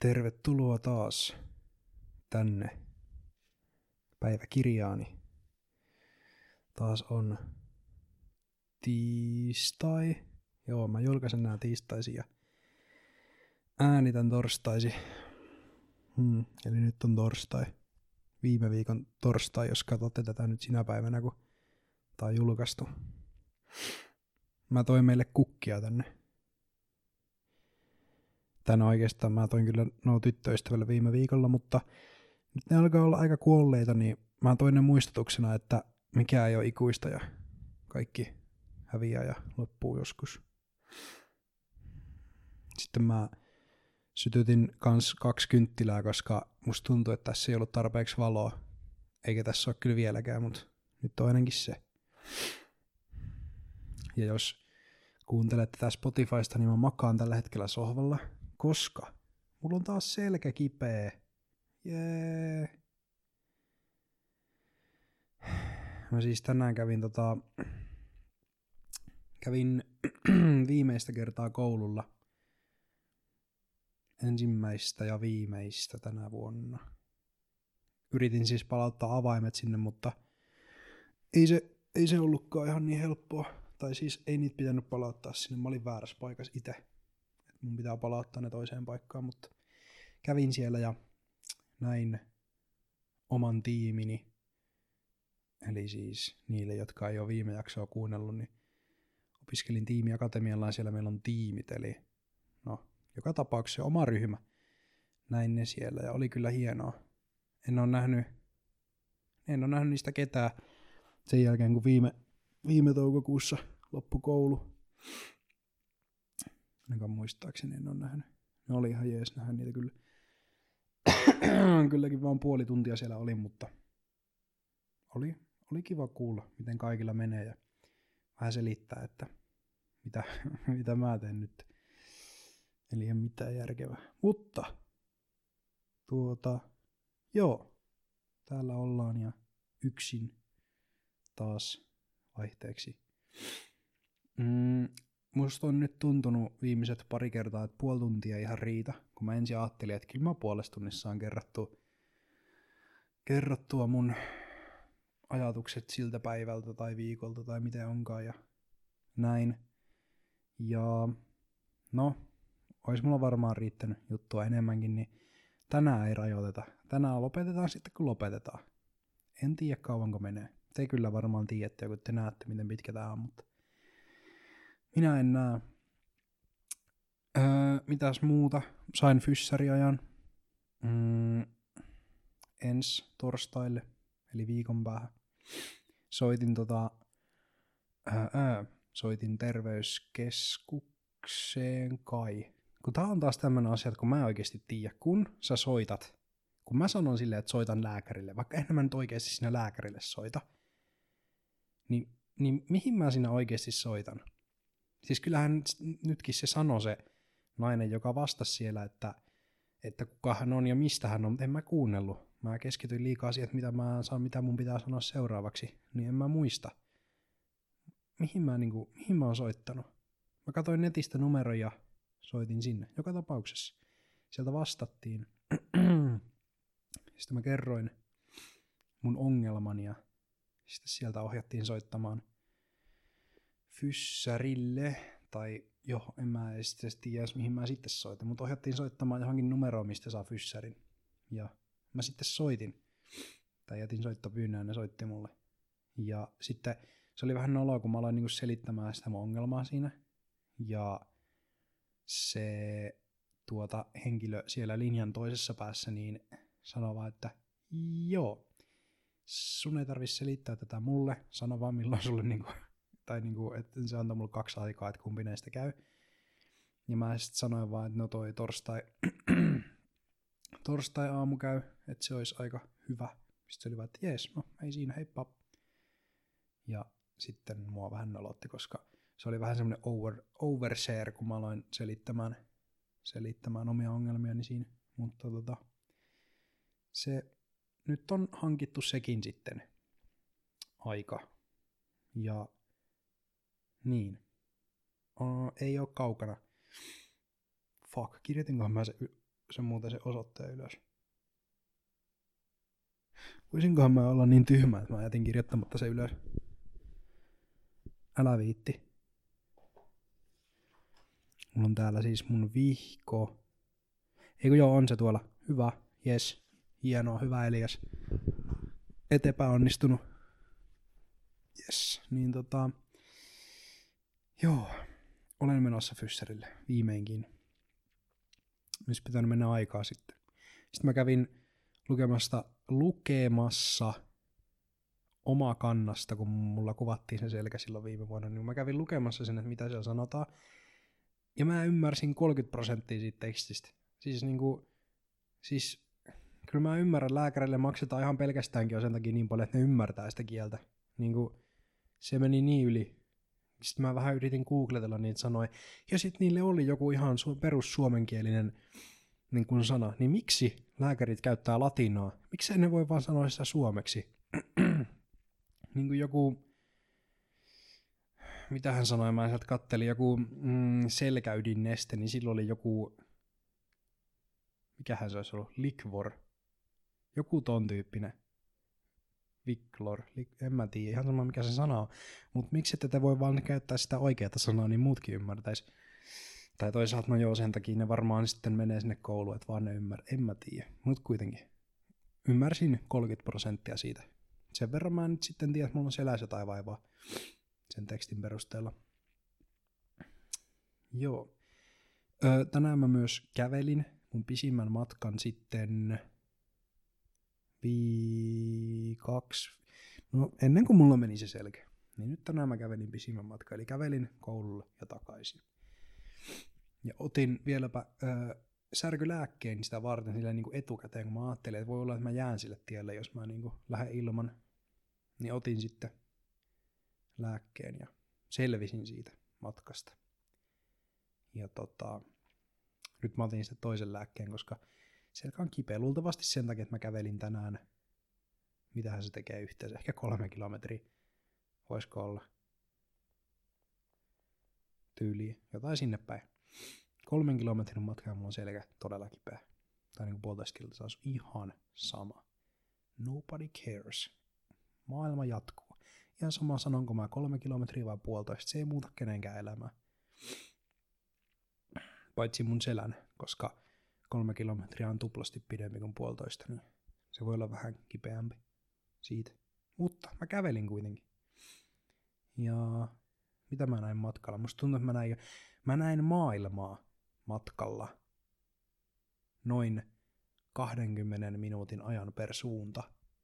Tervetuloa taas tänne päiväkirjaani. Taas on tiistai. Joo, mä julkaisen nää tiistaisin ja äänitän torstaisi. Eli nyt on torstai. Viime viikon torstai, jos katsotte tätä nyt sinä päivänä, kun tää on julkaistu. Mä toin meille kukkia tänne. Tänään oikeastaan mä toin kyllä nuo tyttöystävälle viime viikolla, mutta nyt ne alkaa olla aika kuolleita, niin mä toin ne muistutuksena, että mikään ei ole ikuista ja kaikki häviää ja loppuu joskus. Sitten mä sytytin kans 2 kynttilää, koska musta tuntuu, että tässä ei ollut tarpeeksi valoa. Eikä tässä ole kyllä vieläkään, mutta nyt on ainakin se. Ja jos kuuntelette tää Spotifysta, niin mä makaan tällä hetkellä sohvalla, koska mulla on taas selkä kipeä. Jee. Mä siis tänään kävin viimeistä kertaa koululla. Ensimmäistä ja viimeistä tänä vuonna. Yritin siis palauttaa avaimet sinne, mutta ei se ollutkaan ihan niin helppoa. Tai siis ei niitä pitänyt palauttaa sinne. Mä olin väärässä paikassa itse. Mun pitää palauttaa ne toiseen paikkaan, mutta kävin siellä ja näin oman tiimini. Eli siis niille, jotka ei ole viime jaksoa kuunnellut, niin opiskelin tiimiakatemialla ja siellä meillä on tiimit. Eli no, joka tapauksessa oma ryhmä. Näin ne siellä ja oli kyllä hienoa. En ole nähnyt niistä ketään sen jälkeen, kun viime toukokuussa loppui koulu. Ainakaan muistaakseni en ole nähnyt. Ne oli ihan jees nähdä niitä kyllä. Kylläkin vaan puoli tuntia siellä olin, mutta oli kiva kuulla, miten kaikilla menee ja vähän selittää, että mitä mä teen nyt. Eli ei mitään järkevää. Mutta joo, täällä ollaan ja yksin taas vaihteeksi. Musta on nyt tuntunut viimeiset pari kertaa, että puoli tuntia ei ihan riitä, kun mä ensin ajattelin, että kyllä mä puolessa tunnissa saan kerrottua mun ajatukset siltä päivältä tai viikolta tai miten onkaan ja näin. Ja no, ois mulla varmaan riittänyt juttua enemmänkin, niin tänään ei rajoiteta. Tänään lopetetaan sitten, kun lopetetaan. En tiedä kauanko menee. Te kyllä varmaan tiedätte, kun te näette, miten pitkä tää on, mutta minä en näe. Mitäs muuta? Sain fyssäriajan ensi torstaille, eli viikon päähän. Soitin terveyskeskukseen kai. Kun tää on taas tämmönen asia, että kun mä en oikeesti tiedä, kun sä soitat, kun mä sanon silleen, että soitan lääkärille, vaikka en mä nyt oikeesti sinä lääkärille soita, niin mihin mä sinä oikeesti soitan? Siis kyllähän nytkin se sanoi se nainen, joka vastasi siellä, että kuka hän on ja mistä hän on, mutta en mä kuunnellut. Mä keskityin liikaa siihen, että mitä mun pitää sanoa seuraavaksi, niin en mä muista. Mihin mä oon soittanut? Mä katsoin netistä numeron ja soitin sinne. Joka tapauksessa. Sieltä vastattiin. Sitten mä kerroin mun ongelman ja sitten sieltä ohjattiin soittamaan fyssärille. Tai en mä edes tiedä, mihin mä sitten soitan. Mutta ohjattiin soittamaan johonkin numeroon, mistä saa fyssärin. Ja mä sitten soitin. Tai jätin soittopyynnön ja ne soitti mulle. Ja sitten se oli vähän noloa, kun mä aloin niinku selittämään sitä mun ongelmaa siinä. Ja se henkilö siellä linjan toisessa päässä niin sanoi vaan, että joo, sun ei tarvitse selittää tätä mulle, sano vaan milloin sulle että se antoi mulle 2 aikaa, että kumpi näistä käy. Ja mä sitten sanoin vaan, että no toi torstai aamu käy, että se olisi aika hyvä. Sitten se oli vaan, että jees, no ei siinä, heippa. Ja sitten mua vähän nolotti, koska se oli vähän semmoinen overshare, kun mä aloin selittämään omia ongelmiani siinä. Mutta se nyt on hankittu sekin sitten aika. Ja niin. Ei oo kaukana. Fuck, kirjoitinkohan mä se se muuten se osoitteen ylös. Voisinkohan mä olla niin tyhmä, että mä jätin kirjoittamatta se ylös. Älä viitti. Mulla on täällä siis mun vihko. Eikö joo, on se tuolla. Hyvä, jes. Hienoa, hyvä Elias. Et epäonnistunut. Jes, niin joo. Olen menossa fyssarille, viimeinkin. Olisi pitänyt mennä aikaa sitten. Sitten mä kävin lukemassa omaa kannasta, kun mulla kuvattiin sen selkä silloin viime vuonna, niin mä kävin lukemassa sen, että mitä siellä sanotaan. Ja mä ymmärsin 30% siitä tekstistä. Siis kyllä mä ymmärrän, lääkärille maksetaan ihan pelkästäänkin jo sen takia niin paljon, että ne ymmärtää sitä kieltä. Se meni niin yli. Sitten mä vähän yritin googletella niitä sanoja. Ja sitten niille oli joku ihan perussuomenkielinen niin kuin sana. Niin miksi lääkärit käyttää latinaa? Miksi ne voi vaan sanoa sitä suomeksi? Niin kuin joku, mitä hän sanoi, mä sieltä kattelin, joku selkäydinneste, niin silloin oli joku, mikähän se olisi ollut, likvor. Joku ton tyyppinen. Viklor, en mä tiedä, ihan sama mikä se sana on. Mutta miksi ette te voi vaan käyttää sitä oikeata sanaa, niin muutkin ymmärtäis. Tai toisaalta, no joo, sen takia ne varmaan sitten menee sinne kouluun, että vaan ne en mä tiedä. Mut kuitenkin. Ymmärsin 30% siitä. Sen verran mä nyt sitten tiedän, että mulla on selässä jotain vaivaa sen tekstin perusteella. Joo. Tänään mä myös kävelin mun pisimmän matkan sitten ennen kuin mulla meni se selkä. Niin nyt tänään mä kävelin pisimmän matkan, eli kävelin koululle ja takaisin. Ja otin vieläpä särkylääkkeen sitä varten silleen niin kuin etukäteen, kun mä ajattelin, että voi olla, että mä jään sille tielle, jos mä niin kuin lähden ilman. Niin otin sitten lääkkeen ja selvisin siitä matkasta. Ja nyt mä otin sitten toisen lääkkeen, koska selkä on kipeä. Luultavasti sen takia, että mä kävelin tänään, mitähän se tekee yhteensä, ehkä 3 kilometriä. Voisiko olla tyyliä, jotain sinne päin. 3 kilometrin matkaa mulla on selkä todella kipeä. Tai niin kuin 1,5 kilta, se on ihan sama. Nobody cares. Maailma jatkuu. Ihan sama sanonko mä 3 kilometriä vai 1,5, se ei muuta kenenkään elämää. Paitsi mun selän, koska 3 kilometriä on tuplasti pidempi kuin 1,5, niin se voi olla vähän kipeämpi siitä. Mutta mä kävelin kuitenkin. Ja mitä mä näin matkalla? Musta tuntuu, että mä näin maailmaa matkalla noin 20 minuutin ajan per suunta.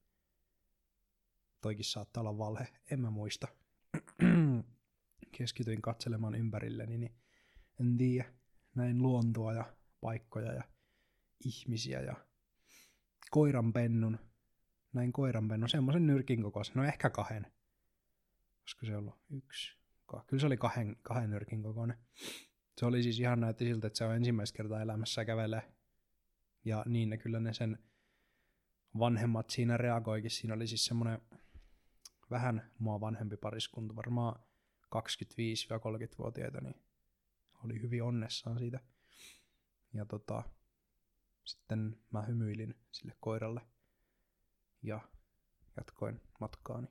Toikin saattaa olla valhe, en mä muista. Keskityin katselemaan ympärilleni, niin en tiedä. Näin luontoa ja paikkoja ja ihmisiä ja koiranpennun. Näin koiranpennun, semmoisen nyrkin kokoisen, no ehkä 2. Olisiko se ollut 1, 2, kyllä se oli 2 nyrkin kokoinen. Se oli siis ihan näytti siltä, että se on ensimmäistä kertaa elämässä kävelee. Ja niin ne kyllä ne sen vanhemmat siinä reagoikin. Siinä oli siis semmoinen vähän mua vanhempi pariskunta, varmaan 25-30-vuotiaita, niin oli hyvin onnessaan siitä. Ja sitten mä hymyilin sille koiralle ja jatkoin matkaani.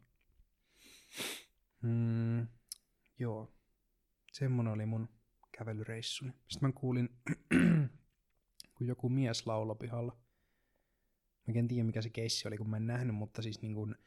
Joo, semmonen oli mun kävelyreissuni. Sitten mä kuulin, kun joku mies lauloi pihalla. Mä en tiedä mikä se keissi oli, kun mä en nähnyt, mutta siis niin kuin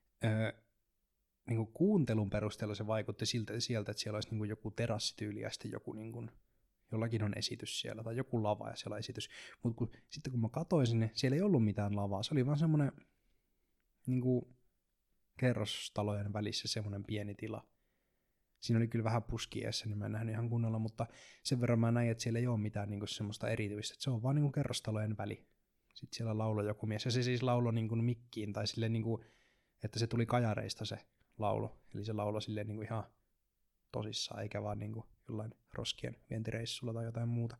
kuuntelun perusteella se vaikutti sieltä, että siellä olisi niin kuin joku terassityyli ja sitten joku niin kuin, jollakin on esitys siellä tai joku lava ja siellä on esitys. Mutta sitten kun mä katsoin sinne, siellä ei ollut mitään lavaa. Se oli vaan semmoinen niin kuin kerrostalojen välissä semmoinen pieni tila. Siinä oli kyllä vähän puskiessa, niin mä en nähnyt ihan kunnolla, mutta sen verran mä näin, että siellä ei ole mitään niin kuin semmoista erityistä. Että se on vaan niin kuin kerrostalojen väli. Sitten siellä lauloi joku mies ja se siis lauloi niin kuin mikkiin tai silleen niin kuin, että se tuli kajareista se laulu. Eli se lauloi silleen niin kuin ihan tosissaan, eikä vaan niin kuin jollain roskien vientireissulla tai jotain muuta.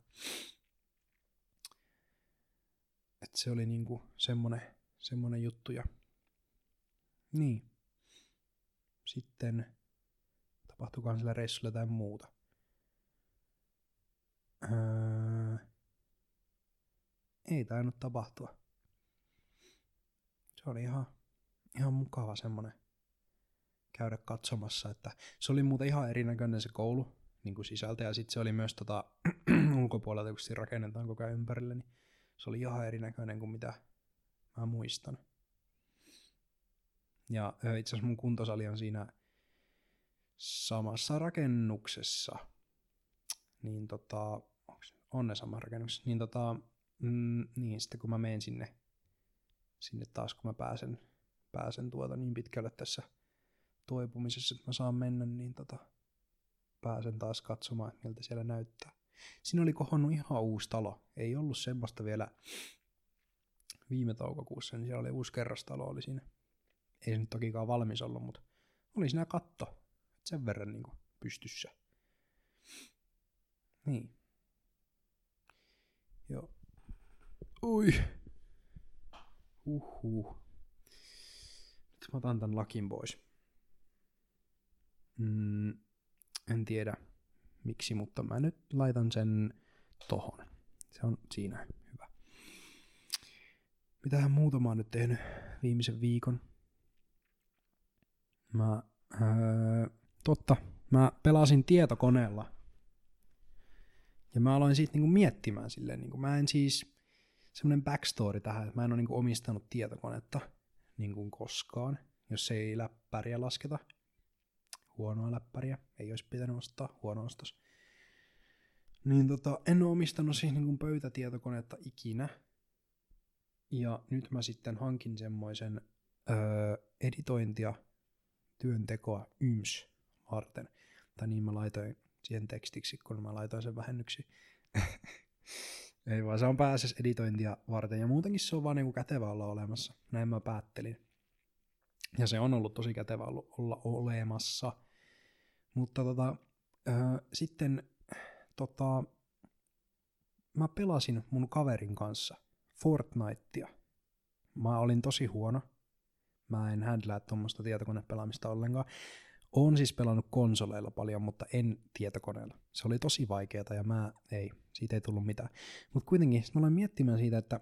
Että se oli niin kuin semmonen juttu. Ja niin. Sitten tapahtuukohan sillä reissulla jotain muuta. ei tainnut tapahtua. Se oli ihan mukava semmonen käydä katsomassa, että se oli muuten ihan erinäköinen se koulu niin kuin sisältä, ja sitten se oli myös ulkopuolelta, kun rakennetaan koko ajan ympärille, niin se oli ihan erinäköinen kuin mitä mä muistan. Ja itse asiassa mun kuntosali on siinä samassa rakennuksessa, niin on ne samassa rakennuksessa, niin niin sitten kun mä menen sinne taas, kun mä pääsen niin pitkälle tässä toipumisessa, että mä saan mennä, niin pääsen taas katsomaan, että miltä siellä näyttää. Siinä oli kohonnut ihan uusi talo. Ei ollut semmoista vielä viime toukokuussa, niin siellä oli uusi kerrostalo oli siinä. Ei se nyt tokikaan valmis ollut, mutta oli siinä katto. Sen verran niin kuin pystyssä. Niin. Joo. Ui. Nyt mä otan tän lakin pois. En tiedä miksi, mutta mä nyt laitan sen tohon. Se on siinä hyvä. Mitähän muuta mä oon nyt tehnyt viimeisen viikon? Mä pelasin tietokoneella. Ja mä aloin siitä niinku miettimään silleen, niinku mä en siis, semmonen backstory tähän, että mä en oo niinku omistanut tietokonetta niinku koskaan, jos ei läppäriä lasketa. Huonoa läppäriä, ei olisi pitänyt ostaa, huono ostos. Niin en oo omistanut siis niinku pöytätietokonetta ikinä. Ja nyt mä sitten hankin semmoisen editointia, työntekoa yms varten. Tai niin mä laitoin siihen tekstiksi, kun mä laitoin sen vähennyksi. Ei vaan, se on pääasiassa editointia varten. Ja muutenkin se on vaan niinku kätevä olla olemassa. Näin mä päättelin. Ja se on ollut tosi kätevä olla olemassa. Mutta sitten mä pelasin mun kaverin kanssa Fortnitea. Mä olin tosi huono. Mä en handlää tuommoista tietokonepelaamista ollenkaan. Oon siis pelannut konsoleilla paljon, mutta en tietokoneella. Se oli tosi vaikeeta ja siitä ei tullut mitään. Mutta kuitenkin mä aloin miettimään siitä, että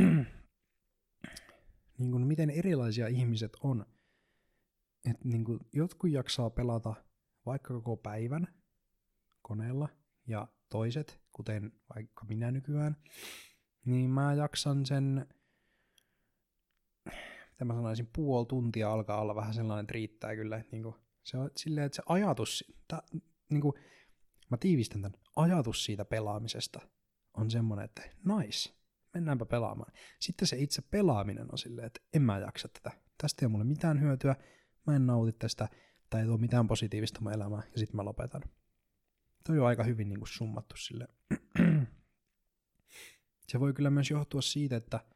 niin kun miten erilaisia ihmiset on. Että niin kun jotkut jaksaa pelata vaikka koko päivän koneella ja toiset, kuten vaikka minä nykyään, niin mä jaksan sen, mitä mä sanoisin, puoli tuntia alkaa olla vähän sellainen, että riittää kyllä. Että niinku, se on silleen, että se ajatus, niinku, mä tiivistän tämän, ajatus siitä pelaamisesta on semmoinen, että nice, mennäänpä pelaamaan. Sitten se itse pelaaminen on silleen, että en mä jaksa tätä. Tästä ei ole mulle mitään hyötyä, mä en nauti tästä, tai ei tuo mitään positiivista mun elämään, ja sitten mä lopetan. Toi on aika hyvin niin kuin summattu silleen. Se voi kyllä myös johtua siitä, että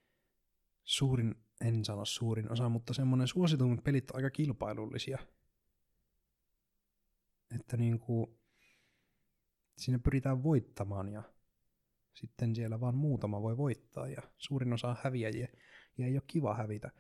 en sano suurin osa, mutta semmoinen suositummat pelit on aika kilpailullisia. Että niinku siinä pyritään voittamaan ja sitten siellä vaan muutama voi voittaa ja suurin osa on häviäjiä ja ei ole kiva hävitä.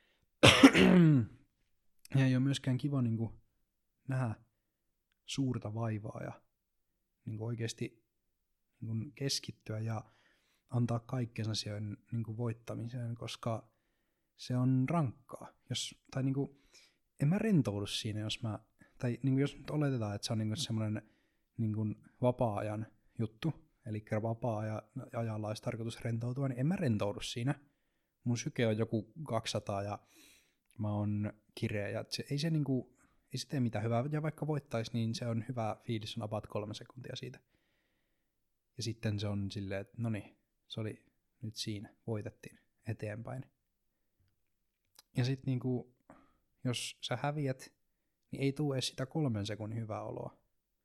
Ja ei ole myöskään kiva niinku nähdä suurta vaivaa ja niinku oikeasti niinku keskittyä ja antaa kaikkensa siihen niinku voittamiseen, koska se on rankkaa. En mä rentoudu siinä, jos nyt oletetaan, että se on niinku semmoinen niinku vapaa-ajan juttu, eli vapaa-ajalla olisi tarkoitus rentoutua, niin en mä rentoudu siinä. Mun syke on joku 200 ja mä oon kireä ja ei se tee mitään hyvää, ja vaikka voittaisi, niin se on hyvä fiilis, on about 3 sekuntia siitä. Ja sitten se on silleen, että noniin, se oli nyt siinä, voitettiin eteenpäin. Ja sitten niinku, jos sä häviät, niin ei tule edes sitä 3 sekunnin hyvää oloa.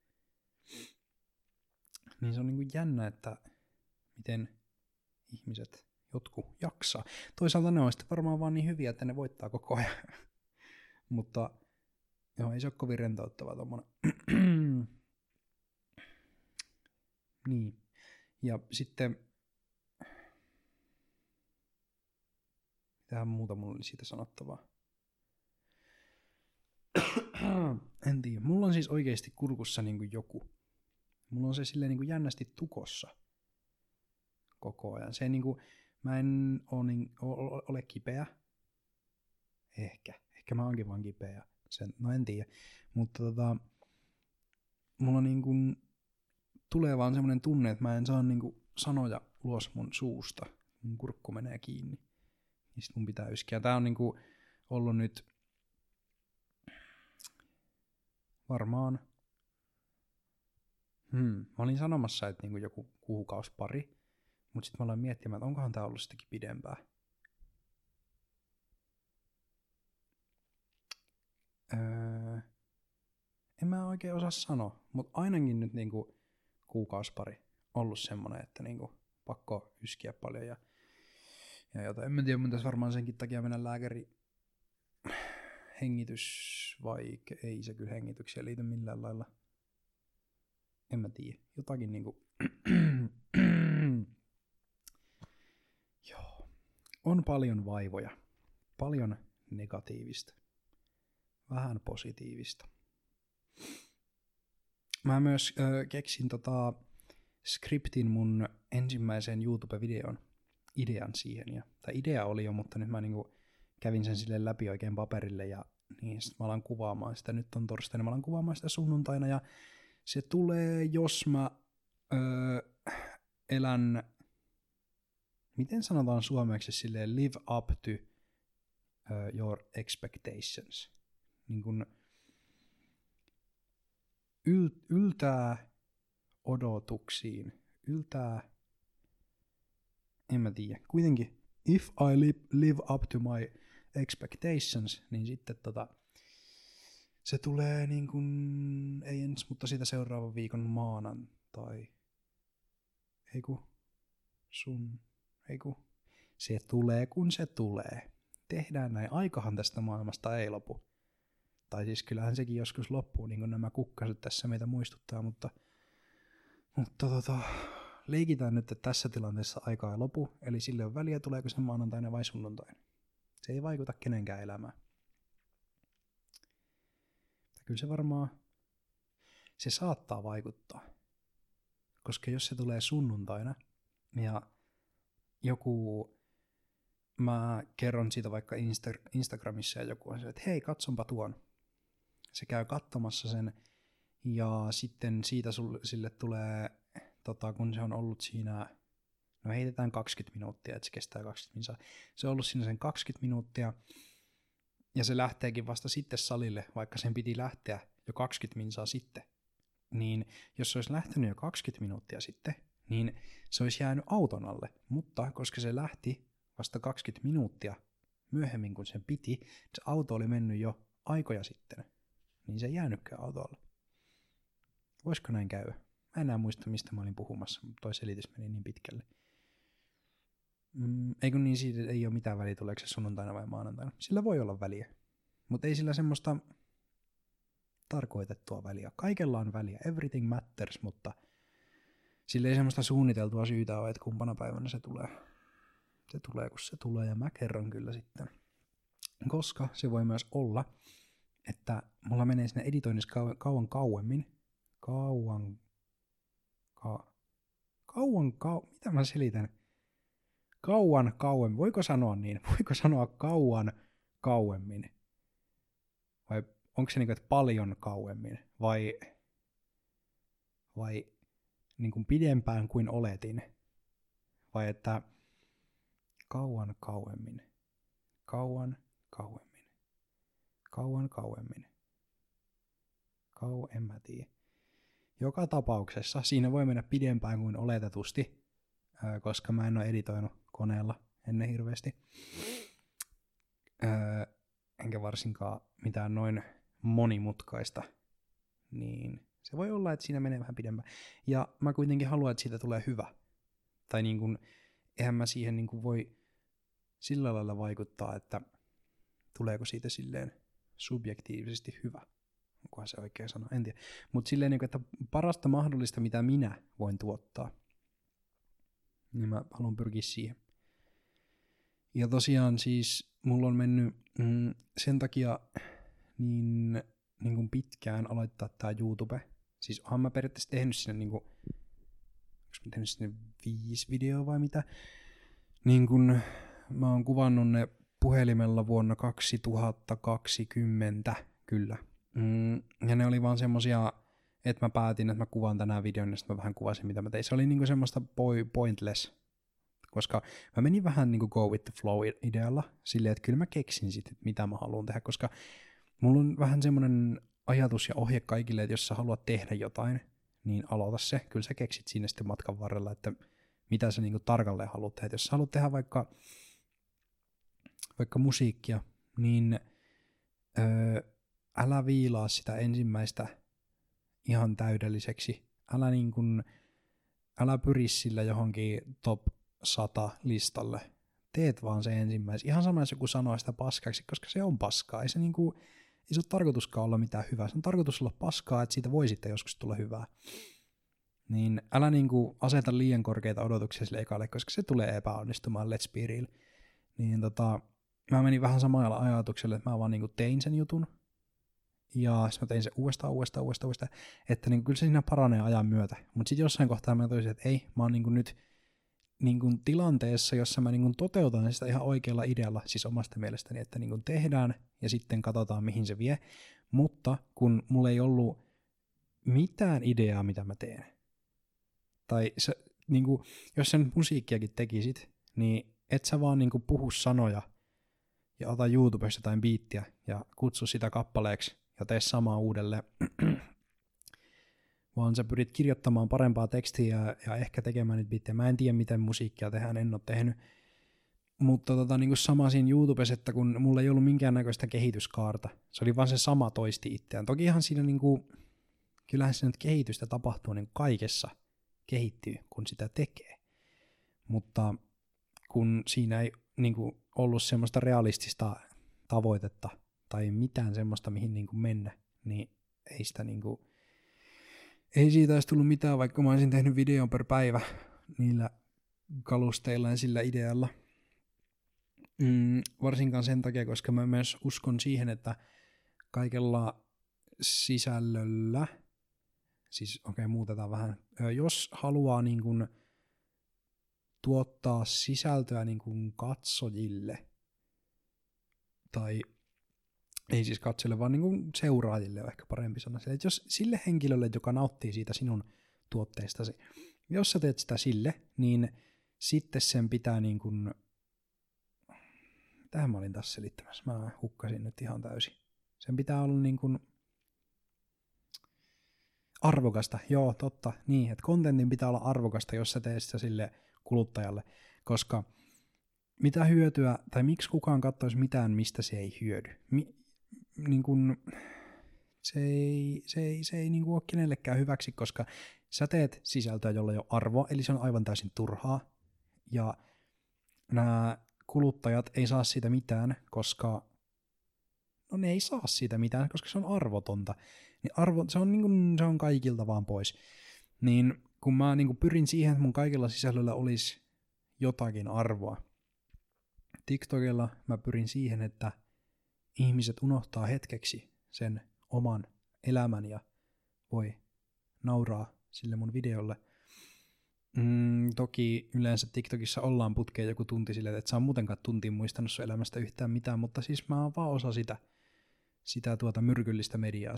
Niin se on niinku jännä, että miten ihmiset, jotkut jaksaa. Toisaalta ne on sitten varmaan vaan niin hyviä, että ne voittaa koko ajan. Mutta joo, ei se ole kovin rentouttavaa tommonen. Niin. Ja sitten mitähän muuta mulla oli siitä sanottavaa. En tiedä. Mulla on siis oikeasti kurkussa niinku joku. Mulla on se silleen niinku jännästi tukossa. koko ajan. Se niinku, mä en ole kipeä. Ehkä mä oonkin vaan kipeä. No en tiedä. Mutta mulla niinku tulee vaan semmonen tunne, että mä en saa niinku sanoja ulos mun suusta. Mun kurkku menee kiinni. Niin sit mun pitää yskiä. Tää on niinku ollut nyt varmaan mä olin sanomassa, että niinku joku kuukausi pari, mutta sitten mä aloin miettimään, että onkohan tää ollut sitäkin pidempää. En mä oikein osaa sanoa, mutta ainakin nyt niinku kuukausi pari ollut semmonen, että niinku pakko yskiä paljon ja jotain. En mä tiedä, mun tässä varmaan senkin takia mennä lääkäri hengitys, vai ei se kyllä hengityksiä liity millään lailla. En mä tiedä. Jotakin niinku joo. On paljon vaivoja. Paljon negatiivista. Vähän positiivista. Mä myös keksin skriptin mun ensimmäiseen YouTube-videon idean siihen. Tai idea oli jo, mutta nyt mä niinku kävin sen silleen läpi oikein paperille ja niin sit mä alan kuvaamaan sitä. Nyt on torstaina, mä alan kuvaamaan sitä sunnuntaina ja se tulee, jos mä elän, miten sanotaan suomeksi silleen, live up to your expectations. Niin kun yltää odotuksiin, en mä tiedä. Kuitenkin, if I live up to my expectations, niin sitten se tulee niin kuin, ei ensi, mutta siitä seuraavan viikon maanantai. Se tulee kun se tulee. Tehdään näin. Aikahan tästä maailmasta ei lopu. Tai siis kyllähän sekin joskus loppuu, niin kuin nämä kukkaset tässä meitä muistuttaa, mutta leikitään nyt, että tässä tilanteessa aika ei lopu, eli sille on väliä, tuleeko se maanantaina vai sunnuntaina. Se ei vaikuta kenenkään elämään. Kyllä se varmaan, se saattaa vaikuttaa, koska jos se tulee sunnuntaina ja mä kerron siitä vaikka Instagramissa ja joku on se, että hei, katsonpa tuon. Se käy katsomassa sen ja sitten siitä sille tulee, kun se on ollut siinä, no heitetään 20 minuuttia, että se kestää 20 minuuttia. Se on ollut siinä sen 20 minuuttia ja se lähteekin vasta sitten salille, vaikka sen piti lähteä jo 20 minuuttia sitten. Niin jos se olisi lähtenyt jo 20 minuuttia sitten, niin se olisi jäänyt auton alle. Mutta koska se lähti vasta 20 minuuttia myöhemmin kuin sen piti, se auto oli mennyt jo aikoja sitten, niin se ei jäänytkään autolle. Voisiko näin käydä? Mä enää muista, mistä mä olin puhumassa, mutta toi selitys meni niin pitkälle. Eikö niin siitä ei ole mitään väliä, tuleeko se sunnuntaina vai maanantaina? Sillä voi olla väliä, mutta ei sillä semmoista tarkoitettua väliä. Kaikella on väliä, everything matters, mutta sillä ei semmoista suunniteltua syytä ole, että kumpana päivänä se tulee. Se tulee, kun se tulee, ja mä kerron kyllä sitten. Koska se voi myös olla, että mulla menee sinne editoinnissa kauemmin. Mitä mä selitän? Kauemmin. Voiko sanoa niin? Voiko sanoa kauemmin? Vai onko se niin kuin, että paljon kauemmin? Vai niin kuin pidempään kuin oletin? Vai että kauemmin. En mä tiedä. Joka tapauksessa siinä voi mennä pidempään kuin oletetusti, koska mä en ole editoinut koneella ennen hirveästi. Enkä varsinkaan mitään noin monimutkaista. Niin se voi olla, että siinä menee vähän pidempään. Ja mä kuitenkin haluan, että siitä tulee hyvä. Tai niin kuin, eihän mä siihen niin kuin voi sillä lailla vaikuttaa, että tuleeko siitä silleen subjektiivisesti hyvä. Onkohan se oikein sana? En tiedä. Mutta silleen, että parasta mahdollista, mitä minä voin tuottaa, niin mä haluan pyrkiä siihen. Ja tosiaan siis mulla on mennyt sen takia niin kuin pitkään aloittaa tää YouTube. Siis oonhan mä periaatteessa tehnyt sinne, niin kuin, mä tehnyt sinne 5 videoa vai mitä. Niin kun mä oon kuvannut ne puhelimella vuonna 2020, kyllä. Ja ne oli vaan semmosia, että mä päätin, että mä kuvaan tänään videon, ja sitten mä vähän kuvasin, mitä mä tein. Se oli niinku semmoista pointless, koska mä menin vähän niinku go with the flow idealla, silleen, että kyllä mä keksin sitten, mitä mä haluan tehdä, koska mulla on vähän semmoinen ajatus ja ohje kaikille, että jos sä haluat tehdä jotain, niin aloita se. Kyllä sä keksit siinä sitten matkan varrella, että mitä sä niinku tarkalleen haluat tehdä. Jos sä haluat tehdä vaikka musiikkia, niin älä viilaa sitä ensimmäistä ihan täydelliseksi. Älä pyri sillä johonkin top 100 listalle. Teet vaan se ensimmäisen. Ihan sama, jos joku sanoo sitä paskaksi, koska se on paskaa. Ei se ole tarkoituskaan olla mitään hyvää. Se on tarkoitus olla paskaa, että siitä voi sitten joskus tulla hyvää. Niin älä aseta liian korkeita odotuksia sille ekalle, koska se tulee epäonnistumaan, let's be real. Niin mä menin vähän samalla ajatukselle, että mä vaan tein sen jutun. Ja sitten mä tein sen uudestaan, että kyllä se siinä paranee ajan myötä. Mutta sitten jossain kohtaa mä toisin, että ei, mä oon nyt tilanteessa, jossa mä toteutan sitä ihan oikealla idealla, siis omasta mielestäni, että tehdään ja sitten katsotaan, mihin se vie. Mutta kun mulla ei ollut mitään ideaa, mitä mä teen, tai se, jos sä nyt musiikkiakin tekisit, niin et sä vaan puhu sanoja ja ota YouTubesta jotain biittiä ja kutsu sitä kappaleeksi ja tee samaa uudelleen, vaan sä pyrit kirjoittamaan parempaa tekstiä ja ehkä tekemään niitä biittejä. Mä en tiedä, miten musiikkia tehdään, en ole tehnyt. Mutta sama siinä YouTubessa, että kun mulla ei ollut minkäännäköistä kehityskaarta, se oli vaan se sama toisti itseään. Tokihan siinä kyllähän siinä nyt kehitystä tapahtuu, kaikessa kehittyy, kun sitä tekee. Mutta kun siinä ei ollut semmoista realistista tavoitetta tai mitään semmoista, mihin mennä, niin ei sitä ei siitä olisi tullut mitään, vaikka mä olisin tehnyt videon per päivä niillä kalusteilla ja sillä idealla. Varsinkaan sen takia, koska mä myös uskon siihen, että kaikella sisällöllä, siis muutetaan vähän, jos haluaa tuottaa sisältöä katsojille, tai ei siis katsojille, vaan seuraajille on ehkä parempi sanoa. Että jos sille henkilölle, joka nauttii siitä sinun tuotteistasi, jos sä teet sitä sille, niin sitten sen pitää tähän mä olin taas selittämässä, mä hukkasin nyt ihan täysin. Sen pitää olla arvokasta, joo totta, niin, että kontentin pitää olla arvokasta, jos sä teet sitä sille kuluttajalle, koska mitä hyötyä, tai miksi kukaan katsoisi mitään, mistä se ei hyödy. Se ei ole kenellekään hyväksi, koska sä teet sisältöä, jolla ei ole arvoa, eli se on aivan täysin turhaa, ja nämä kuluttajat ei saa siitä mitään, koska ne ei saa siitä mitään, koska se on arvotonta. Niin se on kaikilta vaan pois. Niin kun mä pyrin siihen, että mun kaikilla sisällöllä olisi jotakin arvoa. TikTokilla mä pyrin siihen, että ihmiset unohtaa hetkeksi sen oman elämän ja voi nauraa sille mun videolle. Toki yleensä TikTokissa ollaan putkeen joku tunti silleen, että sä on muutenkaan tuntiin muistanut sun elämästä yhtään mitään, mutta siis mä oon vaan osa sitä myrkyllistä mediaa.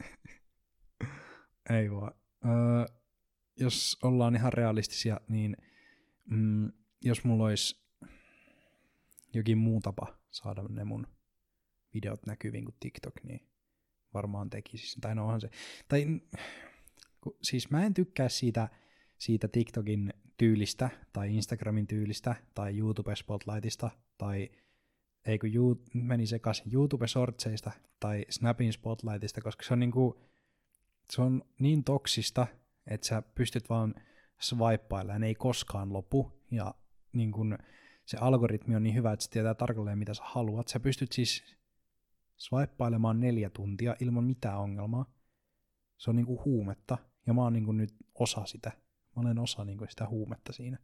Ei vaan. Jos ollaan ihan realistisia, niin jos mulla olisi jokin muu tapa saada ne mun videot näkyviin kuin TikTok, niin varmaan tekisi. Tai no onhan se. Siis mä en tykkää siitä TikTokin tyylistä, tai Instagramin tyylistä, tai YouTube Spotlightista, tai ei kun meni sekaisin YouTube Shortseista, tai Snapin Spotlightista, koska se on niin toksista, että sä pystyt vaan swipeailemaan, ei koskaan lopu, ja se algoritmi on niin hyvä, että se tietää tarkalleen, mitä sä haluat. Sä pystyt siis swipeailemaan 4 tuntia ilman mitään ongelmaa. Se on huumetta, ja mä oon nyt osa sitä. Mä olen osa sitä huumetta siinä.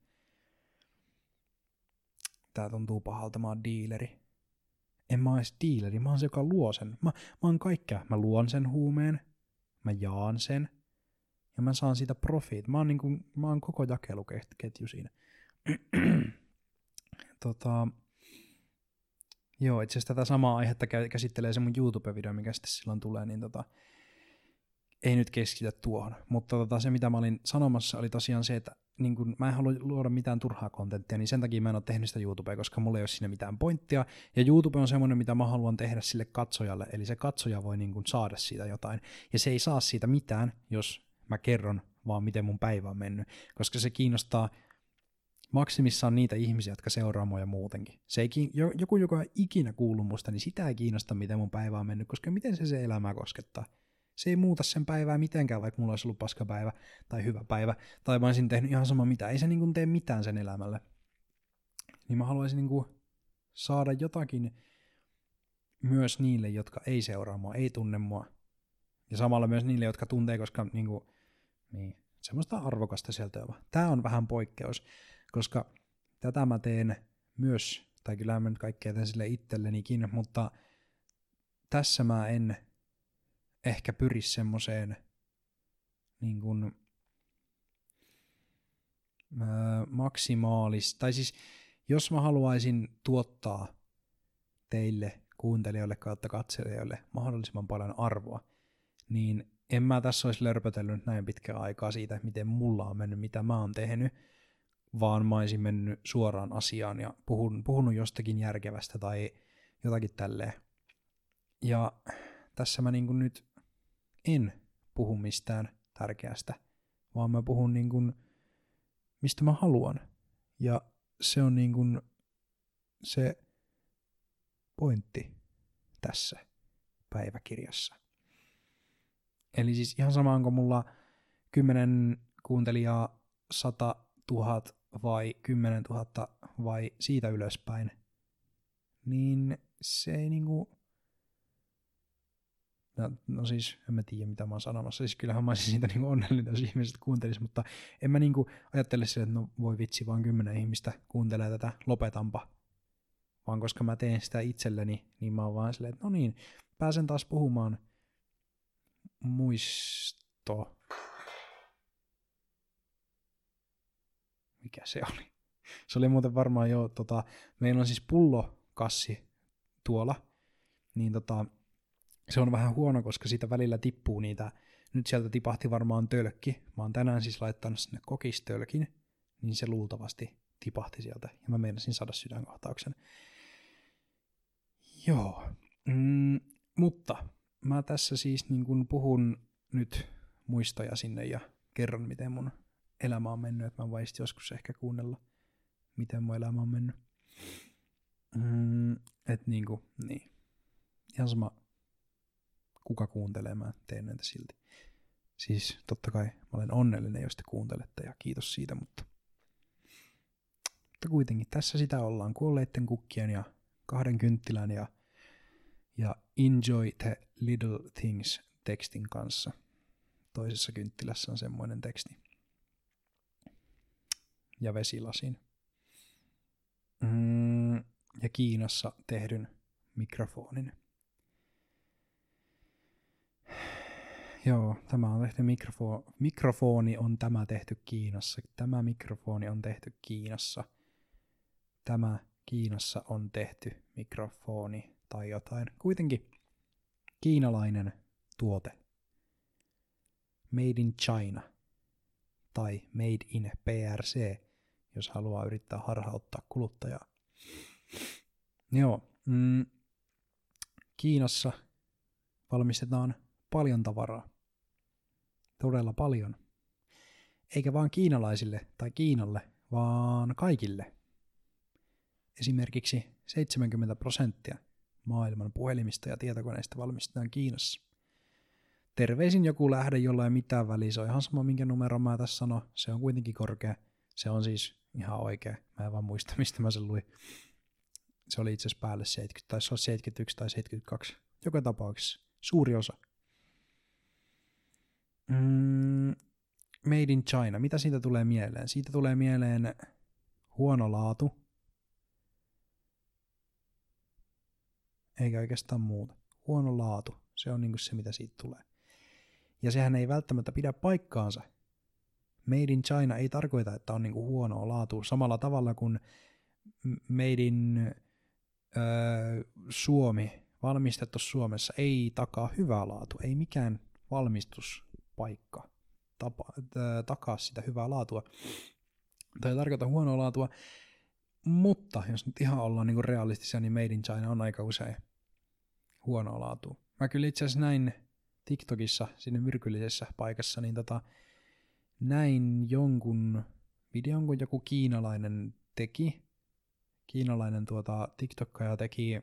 Tää tuntuu pahalta, mä oon diileri. En mä oon edes diileri, mä oon se, joka luo sen. Mä oon kaikkea. Mä luon sen huumeen, mä jaan sen, ja mä saan siitä profit. Mä oon koko jakeluketju siinä. Joo, itse asiassa tätä samaa aihetta käsittelee se mun YouTube-video, mikä sitten silloin tulee, niin ei nyt keskitä tuohon. Mutta se, mitä mä olin sanomassa, oli tosiaan se, että niin kun mä en halua luoda mitään turhaa kontenttia, niin sen takia mä en ole tehnyt sitä YouTubea, koska mulla ei ole siinä mitään pointtia. Ja YouTube on semmoinen, mitä mä haluan tehdä sille katsojalle, eli se katsoja voi niin kun saada siitä jotain. Ja se ei saa siitä mitään, jos mä kerron vaan, miten mun päivä on mennyt, koska se kiinnostaa maksimissaan niitä ihmisiä, jotka seuraa mua ja muutenkin. Se ei joku, joka on ikinä kuullut musta, niin sitä ei kiinnosta, miten mun päivä on mennyt, koska miten se elämää koskettaa. Se ei muuta sen päivää mitenkään, vaikka mulla olisi ollut paskapäivä tai hyvä päivä, tai mä olisin tehnyt ihan sama mitä. Ei se niin tee mitään sen elämälle. Niin mä haluaisin niin saada jotakin myös niille, jotka ei seuraa mua, ei tunne mua. Ja samalla myös niille, jotka tuntee, koska niin, semmoista arvokasta sieltä on. Tää on vähän poikkeus, koska tätä mä teen myös, tai kyllä mä nyt kaikkea teen sille itsellenikin, mutta tässä mä en ehkä pyri semmoseen niin kuin tai siis jos mä haluaisin tuottaa teille kuuntelijoille kautta katselijoille mahdollisimman paljon arvoa, niin en mä tässä olisi lörpötellyt näin pitkään aikaa siitä, miten mulla on mennyt, mitä mä oon tehnyt, vaan mä olisin mennyt suoraan asiaan ja puhunut jostakin järkevästä tai jotakin tälleen. Ja tässä mä niin kuin nyt en puhu mistään tärkeästä, vaan mä puhun niin kuin mistä mä haluan. Ja se on niin kuin se pointti tässä päiväkirjassa. Eli siis ihan sama onko mulla 10 kuuntelijaa, 100 000 vai 10 000 vai siitä ylöspäin, niin se ei niinku... No siis, en mä tiedä mitä mä oon sanomassa, siis kyllähän mä olisin siitä niinku onnellinen, jos ihmiset kuuntelis, mutta en mä niinku ajattele sille, että no voi vitsi, vaan 10 ihmistä kuuntelee tätä, lopetanpa. Vaan koska mä teen sitä itselleni, niin mä oon vaan silleen, että no niin, pääsen taas puhumaan Mikä se oli? Se oli muuten varmaan jo, meillä on siis pullokassi tuolla, niin se on vähän huono, koska siitä välillä tippuu niitä, nyt sieltä tipahti varmaan tölkki, mä oon tänään siis laittanut sinne kokistölkin, niin se luultavasti tipahti sieltä, ja mä meinasin saada sydänkohtauksen. Joo, mutta mä tässä siis niin kun puhun nyt muistoja sinne ja kerron, miten mun elämä on mennyt, että mä voisin joskus ehkä kuunnella, miten mun elämä on mennyt. Että niin. Ihan sama, kuka kuuntelee, mä teen näitä silti. Siis totta kai mä olen onnellinen, jos te kuuntelette ja kiitos siitä, mutta kuitenkin tässä sitä ollaan kuolleitten kukkien ja 2 kynttilän ja enjoy the little things tekstin kanssa. Toisessa kynttilässä on semmoinen teksti. Ja vesilasin. Ja Kiinassa tehdyn mikrofonin. Joo, tämä on tehty mikrofoni on tämä tehty Kiinassa. Tämä mikrofoni on tehty Kiinassa. Tämä Kiinassa on tehty mikrofoni tai jotain. Kuitenkin kiinalainen tuote. Made in China tai Made in PRC, jos haluaa yrittää harhauttaa kuluttajaa. Joo, Kiinassa valmistetaan paljon tavaraa. Todella paljon. Eikä vaan kiinalaisille tai Kiinalle, vaan kaikille. Esimerkiksi 70% maailman puhelimista ja tietokoneista valmistetaan Kiinassa. Terveisin joku lähde, jolla ei mitään väliä. Se on ihan sama, minkä numero mä tässä sanon. Se on kuitenkin korkea. Se on siis ihan oikea. Mä en vaan muista, mistä mä sen luin. Se oli itse asiassa päälle 70, tai se on 71 tai 72. Joka tapauksessa. Suuri osa. Made in China. Mitä siitä tulee mieleen? Siitä tulee mieleen huono laatu. Eikä oikeastaan muuta. Huono laatu. Se on niinku se, mitä siitä tulee. Ja sehän ei välttämättä pidä paikkaansa. Made in China ei tarkoita, että on niinku huonoa laatua. Samalla tavalla kuin Made in Suomi, valmistettu Suomessa, ei takaa hyvää laatua. Ei mikään valmistuspaikka takaa sitä hyvää laatua. Tai tarkoita huonoa laatua. Mutta jos nyt ihan ollaan niinku realistisia, niin Made in China on aika usein huonoa laatua. Mä kyllä itse asiassa näin TikTokissa, siinä myrkyllisessä paikassa, niin näin jonkun videon, kun joku kiinalainen TikTokkaaja teki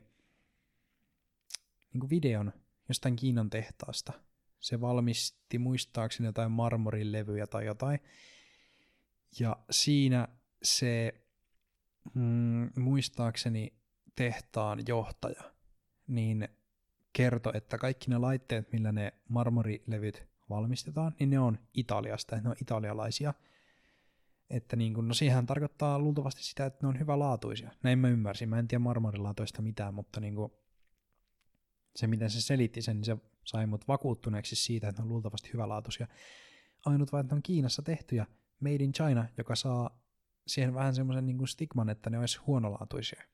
niin videon jostain Kiinan tehtaasta. Se valmisti muistaakseni jotain marmorilevyjä tai jotain. Ja siinä se muistaakseni tehtaan johtaja niin kertoi, että kaikki ne laitteet, millä ne marmorilevyt valmistetaan, niin ne on Italiasta, ne on italialaisia. Että niin kun, no siihen tarkoittaa luultavasti sitä, että ne on hyvälaatuisia. Näin mä ymmärsin. Mä en tiedä marmorilaatoista mitään, mutta niin kun, se miten se selitti sen, niin se sai mut vakuuttuneeksi siitä, että ne on luultavasti hyvälaatuisia. Ainut vaan, että ne on Kiinassa tehtyjä Made in China, joka saa siihen vähän semmoisen niin kuin stigman, että ne olisi huonolaatuisia.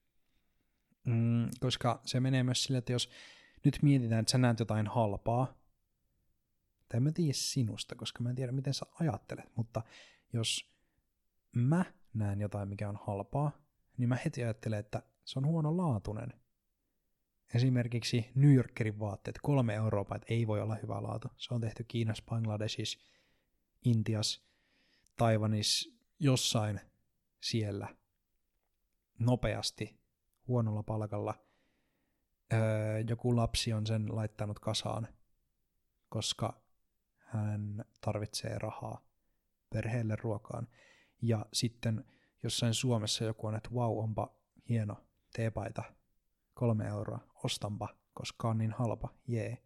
Koska se menee myös sille, että jos nyt mietitään, että sä näet jotain halpaa, tai mä tiedä sinusta, koska mä en tiedä, miten sä ajattelet, mutta jos mä näen jotain, mikä on halpaa, niin mä heti ajattelen, että se on huonolaatuinen. Esimerkiksi New Yorkerin vaatteet, 3 euroa, että ei voi olla hyvä laatu. Se on tehty Kiinassa, Bangladesissa, Intiassa, Taiwanissa, jossain siellä nopeasti, huonolla palkalla. Joku lapsi on sen laittanut kasaan, koska hän tarvitsee rahaa perheelle ruokaan. Ja sitten jossain Suomessa joku on, että vau, onpa hieno teepaita, 3 euroa, ostanpa, koska on niin halpa, jee.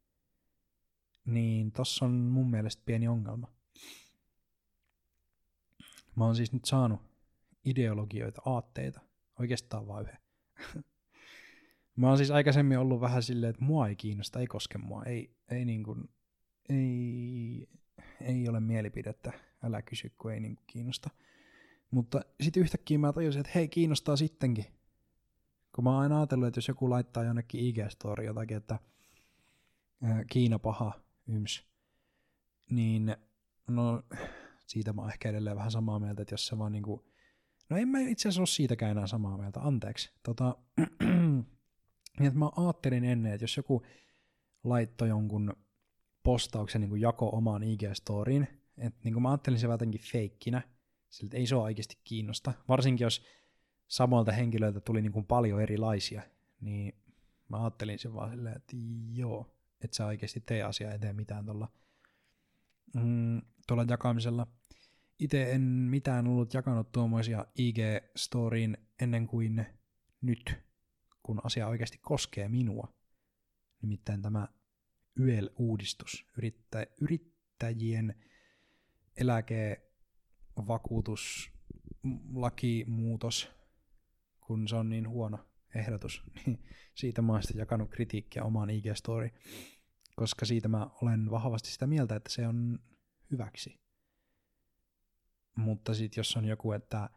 Niin tossa on mun mielestä pieni ongelma. Mä oon siis nyt saanut ideologioita, aatteita, oikeastaan vaan yhden. Mä oon siis aikaisemmin ollut vähän silleen, että mua ei kiinnosta, ei koske mua, ei ole mielipidettä, älä kysy, kun ei niin kuin kiinnosta. Mutta sitten yhtäkkiä mä tajusin, että hei, kiinnostaa sittenkin. Kun mä oon aina ajatellut, että jos joku laittaa jonnekin IG-story jotakin, että Kiina paha, niin no siitä mä oon ehkä edelleen vähän samaa mieltä, että jos se vaan niinku, no en mä itse asiassa ole siitäkään enää samaa mieltä, anteeksi. Niin että mä ajattelin ennen, että jos joku laittoi jonkun postauksen niin jako omaan IG-storiin, että niin mä ajattelin se jotenkin feikkinä, sillä että ei se ole oikeasti kiinnosta, varsinkin jos samoilta henkilöiltä tuli niin kuin paljon erilaisia, niin mä ajattelin sen vaan silleen, että joo, että sä oikeasti tee asiaa eteen mitään tuolla jakamisella. Itse en mitään ollut jakanut tuommoisia IG-storiin ennen kuin nyt, kun asia oikeasti koskee minua. Nimittäin tämä YEL-uudistus, yrittäjien eläkevakuutuslakimuutos, kun se on niin huono ehdotus, niin siitä mä oon sitten jakanut kritiikkiä omaan IG-storiin, koska siitä mä olen vahvasti sitä mieltä, että se on hyväksi. Mutta sitten jos on joku, että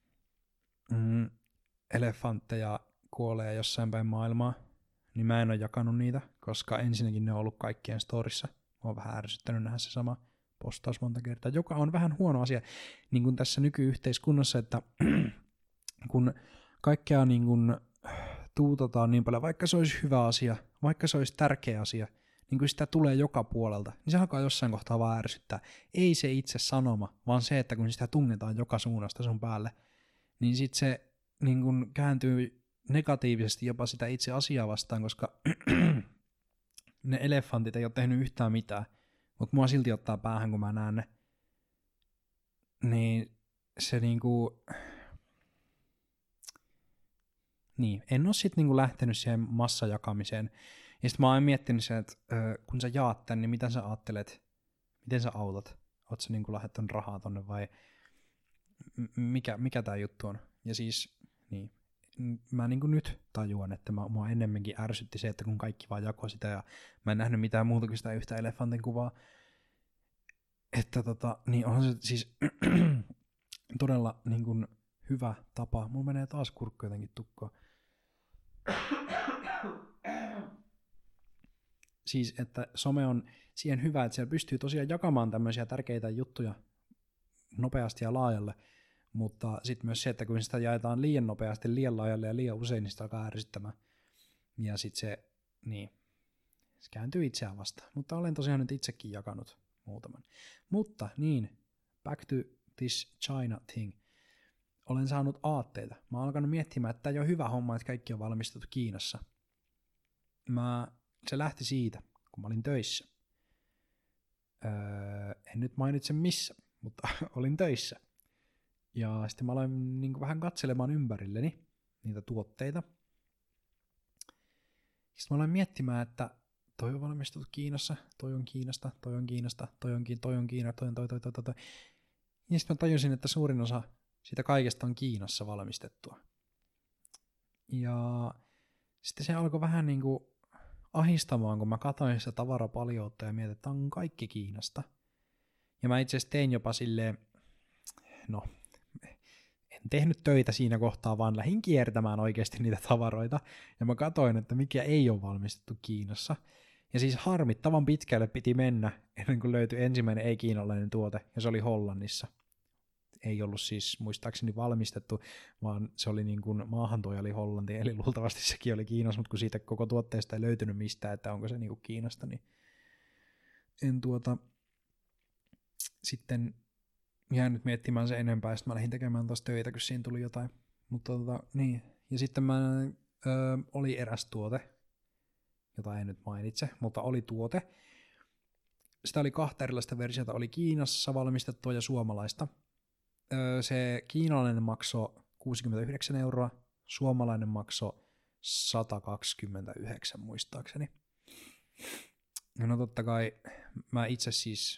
elefantteja kuolee jossain päin maailmaa, niin mä en ole jakanut niitä, koska ensinnäkin ne on ollut kaikkien storissa. Mä oon vähän ärsyttänyt nähdä se sama postaus monta kertaa, joka on vähän huono asia niin kuin tässä nykyyhteiskunnassa, että kun kaikkea niin kuin tuutetaan niin paljon, vaikka se olisi hyvä asia, vaikka se olisi tärkeä asia, niin kun sitä tulee joka puolelta, niin se alkaa jossain kohtaa vaan ärsyttää. Ei se itse sanoma, vaan se, että kun sitä tungetaan joka suunnasta sun päälle, niin sit se niin kun kääntyy negatiivisesti jopa sitä itse asiaa vastaan, koska ne elefantit ei ole tehnyt yhtään mitään, mutta mua silti ottaa päähän, kun mä näen ne. Niin se niinku... Niin, en ole sit niinku lähtenyt siihen massajakamiseen. Ja sit mä oon miettinyt sen, että kun sä jaat tän, niin mitä sä ajattelet, miten sä autat? Oot sä niinku lähettänyt rahaa tonne vai mikä tää juttu on? Ja siis, niin, mä niinku nyt tajuan, että mua ennemminkin ärsytti se, että kun kaikki vaan jakoi sitä ja mä en nähnyt mitään muuta kuin sitä yhtä elefantin kuvaa. että niin on se siis todella niin kuin hyvä tapa. Mulla menee taas kurkku jotenkin tukkoon. Siis, että some on siihen hyvä, että siellä pystyy tosiaan jakamaan tämmöisiä tärkeitä juttuja nopeasti ja laajalle, mutta sitten myös se, että kun sitä jaetaan liian nopeasti, liian laajalle ja liian usein, niin sitä alkaa ärsyttämään. Ja sitten se kääntyy itseään vastaan. Mutta olen tosiaan nyt itsekin jakanut muutaman. Mutta niin, back to this China thing. Olen saanut aatteita. Mä oon alkanut miettimään, että tämä ei ole hyvä homma, että kaikki on valmistettu Kiinassa. Se lähti siitä, kun mä olin töissä. En nyt mainitse missä, mutta olin töissä. Ja sitten mä aloin niin kuin vähän katselemaan ympärilleni niitä tuotteita. Sitten mä aloin miettimään, että toi on valmistettu Kiinassa, toi on Kiinasta, toi on Kiinasta, toi on Kiina, toi. Ja sitten mä tajusin, että suurin osa siitä kaikesta on Kiinassa valmistettua. Ja sitten se alkoi vähän niin kuin ahistamaan, kun mä katsoin sitä tavarapaljoutta ja mietin, että on kaikki Kiinasta. Ja mä itse asiassa tein jopa silleen, en tehnyt töitä siinä kohtaa, vaan lähdin kiertämään oikeasti niitä tavaroita. Ja mä katsoin, että mikä ei ole valmistettu Kiinassa. Ja siis harmittavan pitkälle piti mennä, ennen kuin löytyi ensimmäinen ei-kiinalainen tuote, ja se oli Hollannissa. Ei ollut siis muistaakseni valmistettu, vaan se oli niin kuin maahantuoja oli Hollanti, eli luultavasti sekin oli Kiinassa, mutta kun siitä koko tuotteesta ei löytynyt mistään, että onko se niin kuin Kiinasta, niin en sitten jäänyt miettimään se enempää, ja sitten mä lähdin tekemään taas töitä, kun siinä tuli jotain. Mutta niin. Ja sitten oli eräs tuote, jota en nyt mainitse, mutta oli tuote. Sitä oli 2 erilaista versiota, oli Kiinassa valmistettua ja suomalaista. Se kiinalainen maksoi 69 €, suomalainen maksoi 129 muistaakseni. No totta kai mä itse siis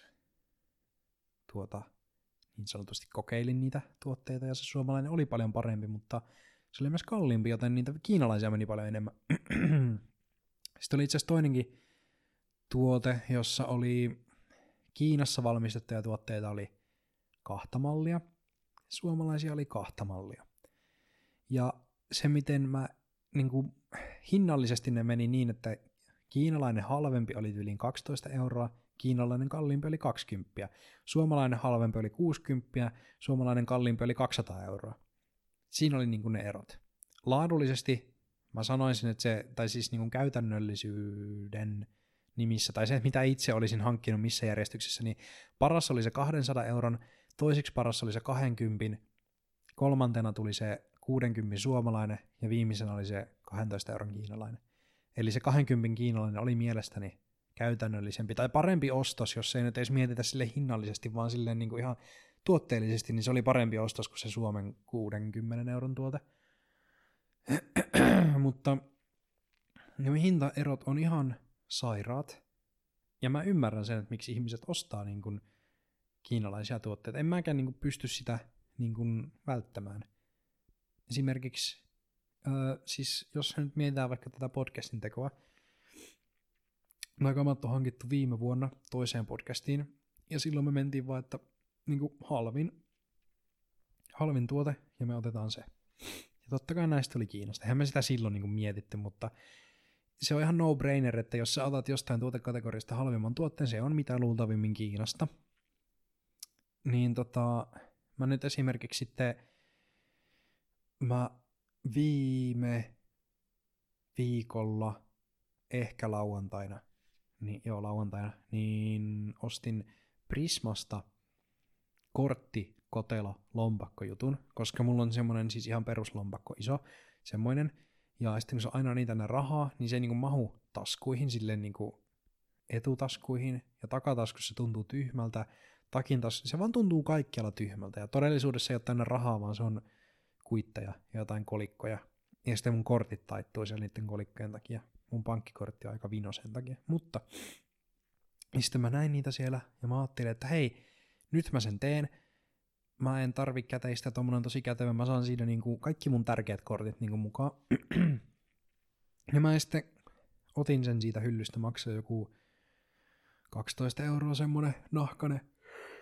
niin sanotusti kokeilin niitä tuotteita ja se suomalainen oli paljon parempi, mutta se oli myös kalliimpi, joten niitä kiinalaisia meni paljon enemmän. Sitten oli itse asiassa toinenkin tuote, jossa oli Kiinassa valmistettuja tuotteita oli 2 mallia, suomalaisia oli 2 mallia. Ja se miten niin kuin, hinnallisesti ne meni niin, että kiinalainen halvempi oli yli 12 €, kiinalainen kalliimpi oli 20, suomalainen halvempi oli 60, suomalainen kalliimpi oli 200 €. Siinä oli niin kuin ne erot. Laadullisesti mä sanoisin, että se, tai siis niin kuin käytännöllisyyden nimissä, tai se, mitä itse olisin hankkinut missä järjestyksessä, niin paras oli se 200 €, toiseksi paras oli se 20, kolmantena tuli se 60 suomalainen, ja viimeisenä oli se 12 € kiinalainen. Eli se 20 kiinalainen oli mielestäni käytännöllisempi, tai parempi ostos, jos ei nyt edes mietitä sille hinnallisesti, vaan silleen niin kuin ihan tuotteellisesti, niin se oli parempi ostos kuin se Suomen 60 € tuote. Mutta hintaerot on ihan sairaat, ja mä ymmärrän sen, että miksi ihmiset ostaa niin kuin kiinalaisia tuotteita. En mäkään niin kuin pysty sitä niin kuin välttämään. Esimerkiksi, siis jos nyt mietitään vaikka tätä podcastin tekoa, nämä kamat on hankittu viime vuonna toiseen podcastiin, ja silloin me mentiin vaan, että niin kuin halvin tuote, ja me otetaan se. Ja totta kai näistä oli Kiinasta. Eihän me sitä silloin niin kuin mietitty, mutta se on ihan no-brainer, että jos sä otat jostain tuotekategoriasta halvimman tuotteen, se on mitä luultavimmin Kiinasta. Niin mä nyt esimerkiksi sitten, mä viime viikolla, ehkä lauantaina, niin ostin Prismasta korttikotelo lompakkojutun, koska mulla on semmoinen siis ihan peruslompakko iso, semmoinen, ja sitten kun se on aina niin tänne rahaa, niin se ei niinku mahu taskuihin, silleen niinku etutaskuihin, ja takataskussa se tuntuu tyhmältä, se vaan tuntuu kaikkialla tyhmältä, ja todellisuudessa ei ole tänne rahaa, vaan se on kuitteja ja jotain kolikkoja, ja sitten mun kortit taittuu siellä niiden kolikkojen takia, mun pankkikortti on aika vino sen takia, mutta sitten mä näin niitä siellä, ja mä ajattelin, että hei, nyt mä sen teen, mä en tarvi käteistä, tommonen on tosi kätevä, mä saan siinä niinku kaikki mun tärkeät kortit niinku mukaan, ja mä sitten otin sen siitä hyllystä, maksoi joku 12 € semmonen nahkane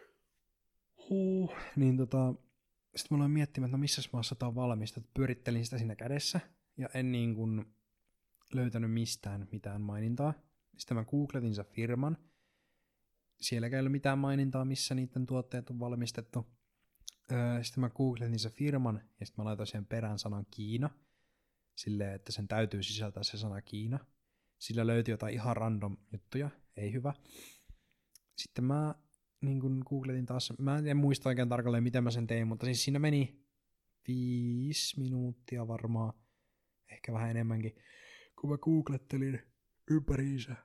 Niin sitten mä aloin miettimään, että no missä maassa tää on valmistettu. Pyörittelin sitä siinä kädessä ja en niin kuin löytänyt mistään mitään mainintaa. Sitten mä googletin sen firman. Sielläkään ei ole mitään mainintaa, missä niiden tuotteet on valmistettu. Sitten mä googletin sen firman ja sitten mä laitoin siihen perään sanan Kiina. Silleen, että sen täytyy sisältää se sana Kiina. Sillä löytyi jotain ihan random juttuja, ei hyvä. Sitten mä niin kun googletin taas, mä en muista oikein tarkalleen miten mä sen tein, mutta siis siinä meni 5 minuuttia varmaan, ehkä vähän enemmänkin, kun mä googlettelin ympäriinsä.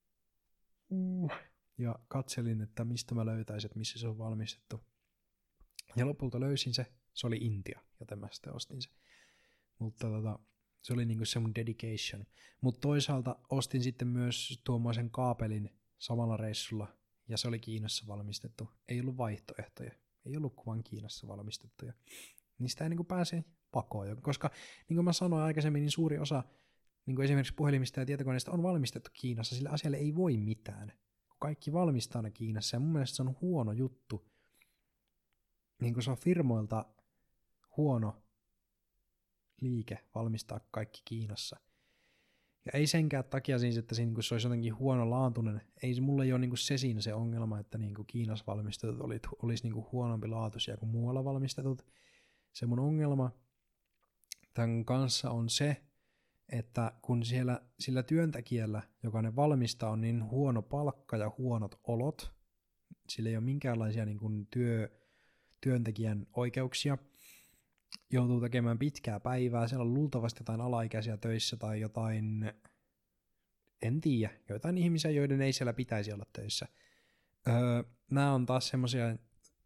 Ja katselin, että mistä mä löytäisin, että missä se on valmistettu. Ja lopulta löysin se oli Intia, joten mä sitten ostin se. Mutta se oli niinku se mun dedication. Mutta toisaalta ostin sitten myös tuommoisen kaapelin samalla reissulla, ja se oli Kiinassa valmistettu. Ei ollut vaihtoehtoja. Ei ollut kuvan Kiinassa valmistettuja. Niin sitä ei niinku pääse pakoon, koska niin kuin mä sanoin aikaisemmin, niin suuri osa niin kuin esimerkiksi puhelimista ja tietokoneista on valmistettu Kiinassa, sillä asialle ei voi mitään. Kaikki valmistaa ne Kiinassa, ja mun mielestä se on huono juttu. Niin kuin se on firmoilta huono liike valmistaa kaikki Kiinassa. Ja ei senkään takia siis, että se olisi jotenkin huonolaatuinen. Ei mulla ei ole niin se siinä se ongelma, että niin Kiinassa valmistetut olisi niin huonompi laatuisia kuin muualla valmistetut. Se mun ongelma tämän kanssa on se, että kun sillä työntekijällä, joka ne valmistaa, on niin huono palkka ja huonot olot, sillä ei ole minkäänlaisia niin kuin työntekijän oikeuksia, joutuu tekemään pitkää päivää, siellä on luultavasti jotain alaikäisiä töissä tai jotain, en tiedä, jotain ihmisiä, joiden ei siellä pitäisi olla töissä. Nämä on taas semmoisia,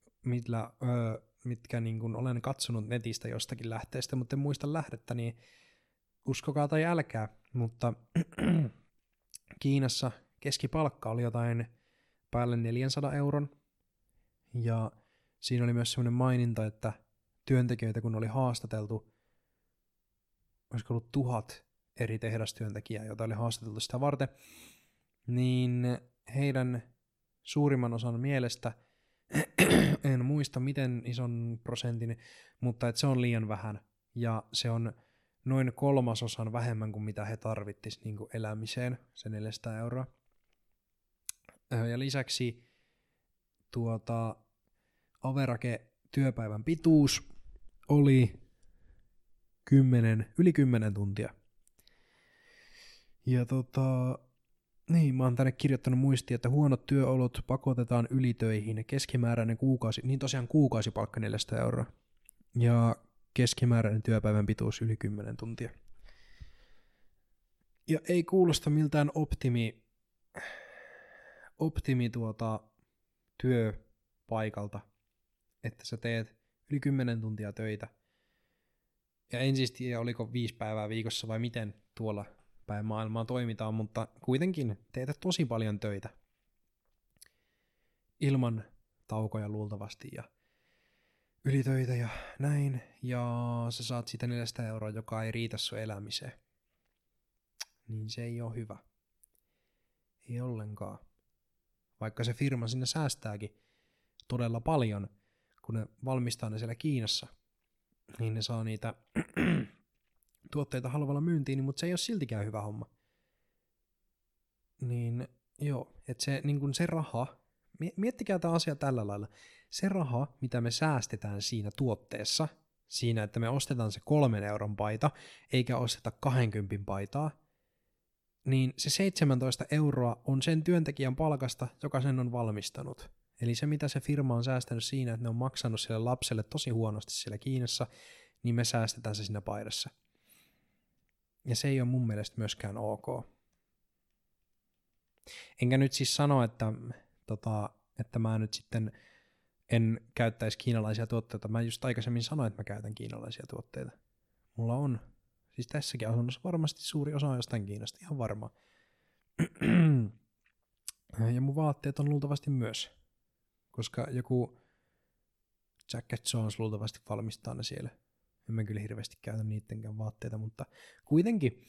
mitkä niin kuin olen katsonut netistä jostakin lähteestä, mutta en muista lähdettä, niin uskokaa tai älkää, mutta Kiinassa keskipalkka oli jotain päälle 400 euron, ja siinä oli myös semmoinen maininta, että työntekijöitä kun oli haastateltu, olisiko ollut 1000 eri tehdastyöntekijää, joita oli haastateltu sitä varten, niin heidän suurimman osan mielestä, en muista miten ison prosentin, mutta että se on liian vähän, ja se on noin 1/3 vähemmän kuin mitä he tarvittis niin kuin elämiseen, se 400 euroa. Ja lisäksi average työpäivän pituus oli yli 10 tuntia. Ja niin, mä oon tänne kirjoittanut muistiin, että huonot työolot pakotetaan ylitöihin, keskimääräinen kuukausipalkka 400 euroa. Ja keskimääräinen työpäivän pituus yli 10 tuntia. Ja ei kuulosta miltään optimi työpaikalta, että sä teet yli 10 tuntia töitä. Ja en siis tiedä, oliko 5 päivää viikossa vai miten tuolla päin maailmaa toimitaan, mutta kuitenkin teet tosi paljon töitä. Ilman taukoja luultavasti ja ylitöitä ja näin. Ja sä saat siitä 400 euroa, joka ei riitä sun elämiseen. Niin se ei ole hyvä. Ei ollenkaan. Vaikka se firma sinne säästääkin todella paljon, kun ne valmistaa ne siellä Kiinassa, niin ne saa niitä tuotteita halvalla myyntiin, mutta se ei ole siltikään hyvä homma. Niin joo, että se, niin kun se raha, miettikää tämä asia tällä lailla, se raha, mitä me säästetään siinä tuotteessa, siinä, että me ostetaan se 3 euron paita, eikä osteta 20 paitaa, niin se 17 euroa on sen työntekijän palkasta, joka sen on valmistanut. Eli se, mitä se firma on säästänyt siinä, että ne on maksanut sille lapselle tosi huonosti siellä Kiinassa, niin me säästetään se siinä paidassa. Ja se ei ole mun mielestä myöskään ok. Enkä nyt siis sano, että mä nyt sitten en käyttäisi kiinalaisia tuotteita. Mä just aikaisemmin sanoin, että mä käytän kiinalaisia tuotteita. Mulla on, siis tässäkin asunnossa varmasti suuri osa on jostain Kiinasta, ihan varma. Ja mun vaatteet on luultavasti myös, koska joku Jack Jones luultavasti valmistaa ne siellä. En mä kyllä hirveästi käytä niittenkään vaatteita, mutta kuitenkin.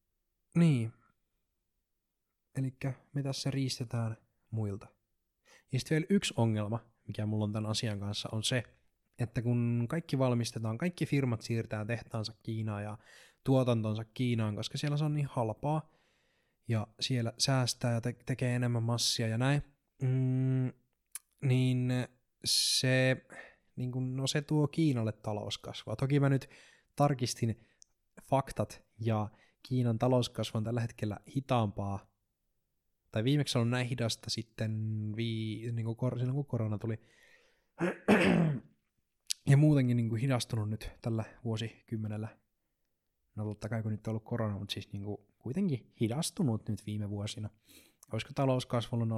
Niin. Elikkä me tässä riistetään muilta. Ja sitten vielä yksi ongelma, mikä mulla on tämän asian kanssa, on se, että kun kaikki valmistetaan, kaikki firmat siirtää tehtaansa Kiinaan ja tuotantonsa Kiinaan, koska siellä se on niin halpaa, ja siellä säästää ja tekee enemmän massia ja näin, niin se, niin kun, no se tuo Kiinalle talouskasvua. Toki mä nyt tarkistin faktat, ja Kiinan talouskasvu on tällä hetkellä hitaampaa, tai viimeksi on näin hidasta sitten niin silloin kun korona tuli, ja muutenkin niin kuin hidastunut nyt tällä vuosikymmenellä. No totta kai kun nyt on ollut korona, mutta siis niin kuin kuitenkin hidastunut nyt viime vuosina. Olisiko talouskasvu ollut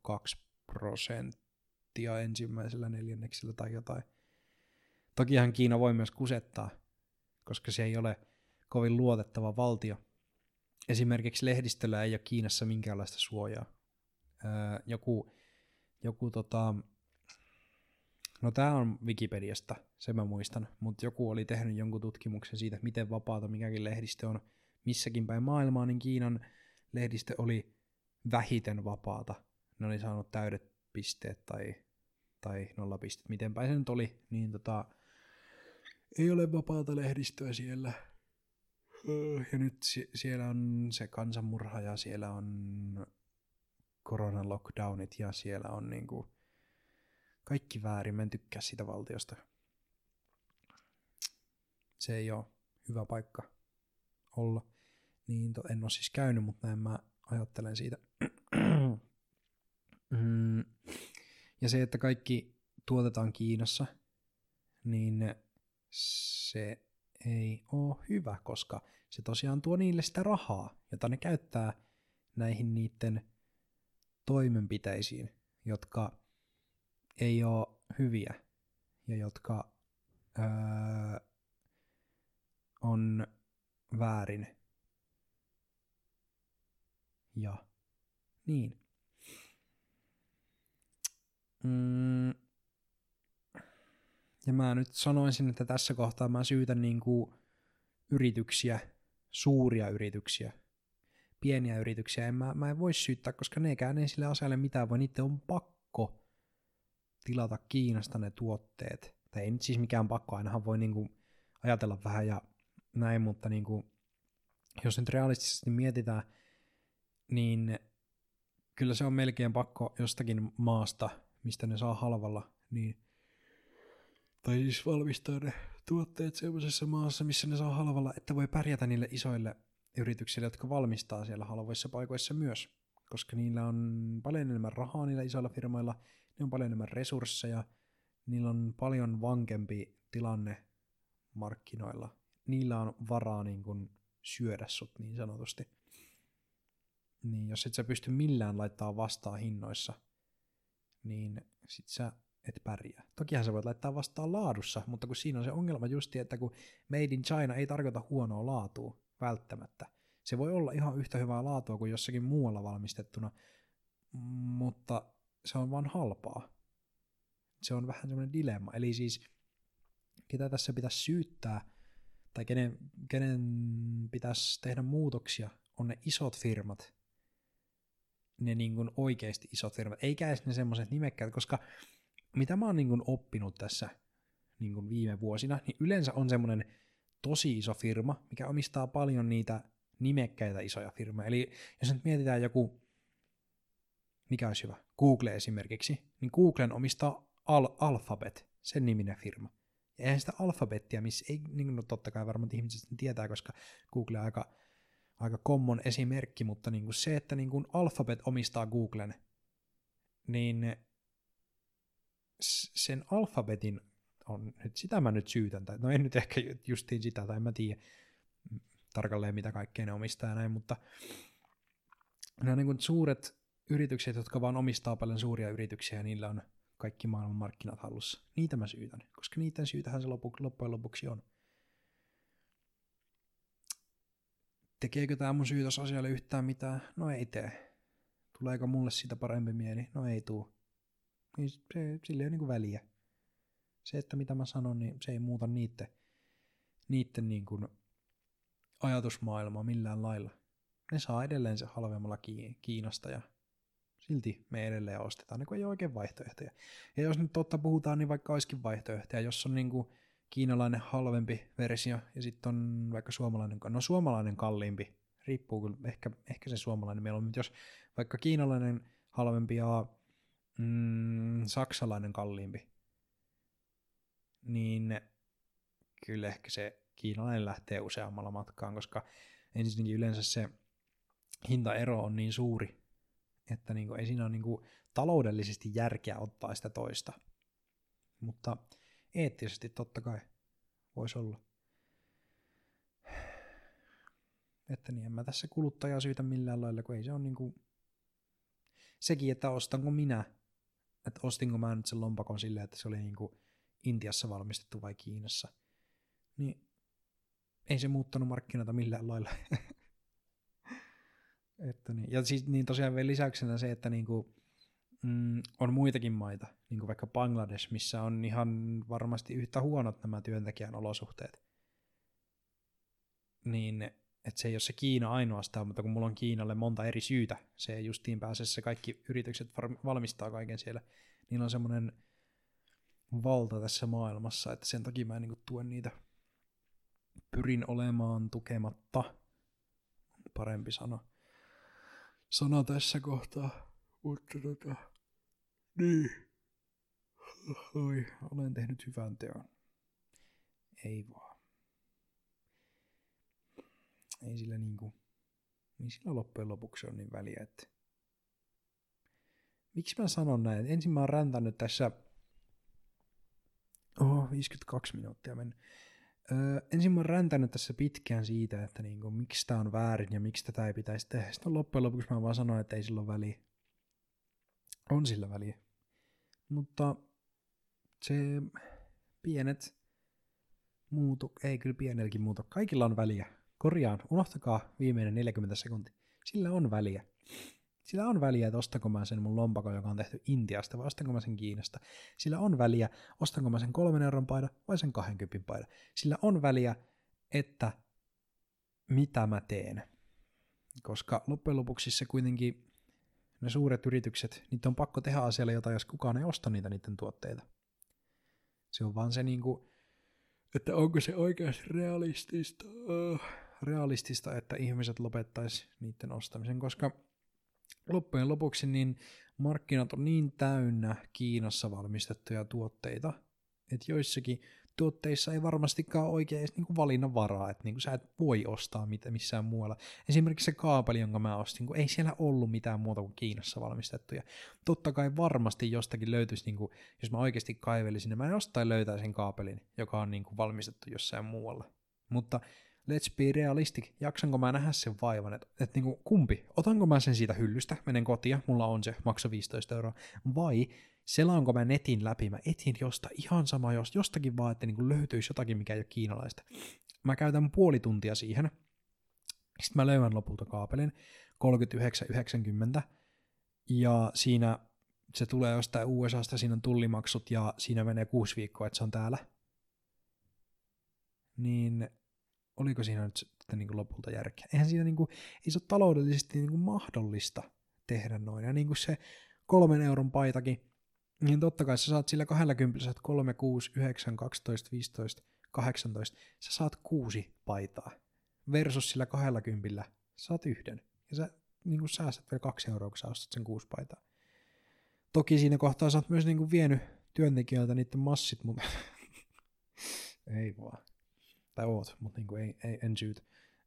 0,2% ensimmäisellä neljänneksellä tai jotain. Tokihan Kiina voi myös kusettaa, koska se ei ole kovin luotettava valtio. Esimerkiksi lehdistöllä ei ole Kiinassa minkäänlaista suojaa. No tää on Wikipediasta, sen mä muistan, mutta joku oli tehnyt jonkun tutkimuksen siitä, miten vapaata mikäkin lehdistö on missäkin päin maailmaa, niin Kiinan lehdistö oli vähiten vapaata. Ne oli saanut täydet pisteet tai 0 pisteet, miten päin se nyt oli, niin ei ole vapaata lehdistöä siellä. Ja nyt siellä on se kansanmurha ja siellä on koronan lockdownit ja siellä on niinku kaikki väärin. Mä en tykkää siitä valtiosta. Se ei ole hyvä paikka olla. Niin en ole siis käynyt, mutta näin mä ajattelen siitä. Ja se, että kaikki tuotetaan Kiinassa, niin se ei ole hyvä, koska se tosiaan tuo niille sitä rahaa, jota ne käyttää näihin niiden toimenpiteisiin, jotka ei ole hyviä ja jotka on väärin. Ja niin. Ja mä nyt sanoisin, että tässä kohtaa mä syytän niinku yrityksiä, suuria yrityksiä, pieniä yrityksiä. Mä en voi syyttää, koska nekään ei sille asialle mitään, vaan niiden on pakko tilata Kiinasta ne tuotteet. Tai ei nyt siis mikään pakko, ainahan voi niinku ajatella vähän ja näin, mutta niinku, jos nyt realistisesti mietitään, niin kyllä se on melkein pakko jostakin maasta, mistä ne saa halvalla, niin tai siis valmistaa ne tuotteet sellaisessa maassa, missä ne saa halvalla, että voi pärjätä niille isoille yrityksille, jotka valmistaa siellä halvoissa paikoissa myös. Koska niillä on paljon enemmän rahaa niillä isoilla firmoilla, ne on paljon enemmän resursseja, niillä on paljon vankempi tilanne markkinoilla. Niillä on varaa niin kuin syödä sut niin sanotusti. Niin jos et sä pysty millään laittaa vastaan hinnoissa, niin sit sä et pärjää. Tokihan sä voit laittaa vastaan laadussa, mutta kun siinä on se ongelma justi, että kun Made in China ei tarkoita huonoa laatua välttämättä. Se voi olla ihan yhtä hyvää laatua kuin jossakin muualla valmistettuna, mutta se on vaan halpaa. Se on vähän semmoinen dilemma. Eli siis ketä tässä pitäisi syyttää tai kenen pitäisi tehdä muutoksia on ne isot firmat. Ne niin kuin oikeasti isot firmat, eikä edes ne semmoiset nimekkäät, koska mitä mä oon niin kuin oppinut tässä niin kuin viime vuosina, niin yleensä on semmoinen tosi iso firma, mikä omistaa paljon niitä nimekkäitä isoja firmoja. Eli jos nyt mietitään joku, mikä olisi hyvä, Google esimerkiksi, niin Googlen omistaa Alphabet, sen niminen firma. Ja eihän sitä alfabettia, missä ei, niin no totta kai varmaan ihmiset tietää, koska Google on aika common esimerkki, mutta niin kuin se, että niin kuin Alphabet omistaa Googlen, niin sen alfabetin on, nyt sitä mä nyt syytän, tai no en nyt ehkä justiin sitä, tai en mä tiedä tarkalleen mitä kaikkea ne omistaa ja näin, mutta nämä niin kuin suuret yritykset, jotka vaan omistaa paljon suuria yrityksiä, ja niillä on kaikki maailman markkinat hallussa. Niitä mä syytän, koska niiden syytähän se loppujen lopuksi on. Tekeekö tämä mun syytös asialle yhtään mitään? No ei tee. Tuleeko mulle sitä parempi mieli? No ei tuu. Niin sillä ei ole niinku väliä. Se, että mitä mä sanon, niin se ei muuta niitten niinku ajatusmaailmaa millään lailla. Ne saa edelleen se halvemmalla Kiinasta ja silti me edelleen ostetaan, niin kun ei ole oikein vaihtoehtoja. Ja jos nyt totta puhutaan, niin vaikka olisikin vaihtoehtoja, jos on niin kuin kiinalainen halvempi versio ja sitten on vaikka suomalainen kalliimpi, riippuu kyllä, ehkä se suomalainen meillä on, mutta jos vaikka kiinalainen halvempi ja saksalainen kalliimpi, niin kyllä ehkä se kiinalainen lähtee useammalla matkaan, koska ensinnäkin yleensä se hintaero on niin suuri, että niinku ei siinä ole niinku taloudellisesti järkeä ottaa sitä toista. Mutta eettisesti totta kai voisi olla. Että niin, en mä tässä kuluttajaa syytä millään lailla, kun ei se ole niinku sekin, että ostanko minä, että ostinko mä nyt sen lompakon silleen, että se oli niinku Intiassa valmistettu vai Kiinassa, niin ei se muuttanut markkinoita millään lailla. Että niin. Ja siis niin tosiaan vielä lisäyksenä se, että niinku, on muitakin maita, niin kuin vaikka Bangladesh, missä on ihan varmasti yhtä huonot nämä työntekijän olosuhteet. Niin, että se ei ole se Kiina ainoastaan, mutta kun mulla on Kiinalle monta eri syytä, se ei justiin pääse, se kaikki yritykset valmistaa kaiken siellä, niillä on semmoinen valta tässä maailmassa, että sen takia mä en niin tuen niitä. Pyrin olemaan tukematta, parempi sana tässä kohtaa, mutta niin, oi, olen tehnyt hyvän teon. Ei vaan. Ei sillä loppujen lopuksi on niin väliä, että miksi mä sanon näin? Ensin mä oon räntänyt tässä 52 minuuttia mennyt. Ensin mä oon räntänyt tässä pitkään siitä, että miksi tää on väärin ja miksi tätä ei pitäisi tehdä. Sitten loppujen lopuksi mä vaan sanoin, että ei sillä ole väliä. On sillä väliä. Mutta se pienet ei kyllä pienelläkin muutu. Kaikilla on väliä. Korjaan, unohtakaa viimeinen 40 sekuntia. Sillä on väliä. Sillä on väliä, että ostanko mä sen mun lompakon, joka on tehty Intiasta, vai ostanko mä sen Kiinasta. Sillä on väliä, ostanko mä sen 3 euron paidan vai sen 20 paidan. Sillä on väliä, että mitä mä teen. Koska loppujen lopuksi se kuitenkin, ne suuret yritykset, niitä on pakko tehdä asialle jotain, jos kukaan ei osta niiden tuotteita. Se on vaan se että onko se oikeasti realistista, että ihmiset lopettaisi niiden ostamisen, koska loppujen lopuksi niin markkinat on niin täynnä Kiinassa valmistettuja tuotteita, että joissakin tuotteissa ei varmastikaan oikein edes valinnan varaa, että sä et voi ostaa missään muualla. Esimerkiksi se kaapeli, jonka mä ostin, kun ei siellä ollut mitään muuta kuin Kiinassa valmistettuja. Totta kai varmasti jostakin löytyisi, jos mä oikeasti kaivelisin, niin mä jostain löytäisin kaapelin, joka on valmistettu jossain muualla. Mutta let's be realistic, jaksanko mä nähdä sen vaivan, että kumpi, otanko mä sen siitä hyllystä, menen kotiin, mulla on se, maksaa 15 €, vai selaanko mä netin läpi, mä etin ihan sama, jostakin vaan, että löytyisi jotakin, mikä ei ole kiinalaista. Mä käytän puoli tuntia siihen, sitten mä löydän lopulta kaapelin, 39,90, ja siinä se tulee jostain USAsta, siinä on tullimaksut, ja siinä menee 6 viikkoa, että se on täällä. Niin oliko siinä nyt sitten lopulta järkeä? Eihän siinä ei se ole taloudellisesti mahdollista tehdä noin. Ja se 3 euron paitakin, niin totta kai sä saat sillä 20, sä saat 3, 6, 9, 12, 15, 18, sä saat 6 paitaa. Versus sillä 20 sä saat 1. Ja sä säästät vielä 2 €, kun sä ostat sen 6 paitaa. Toki siinä kohtaa sä oot myös vienyt työntekijöiltä niiden massit, mutta ei vaan. Tai oot, mutta en syytä.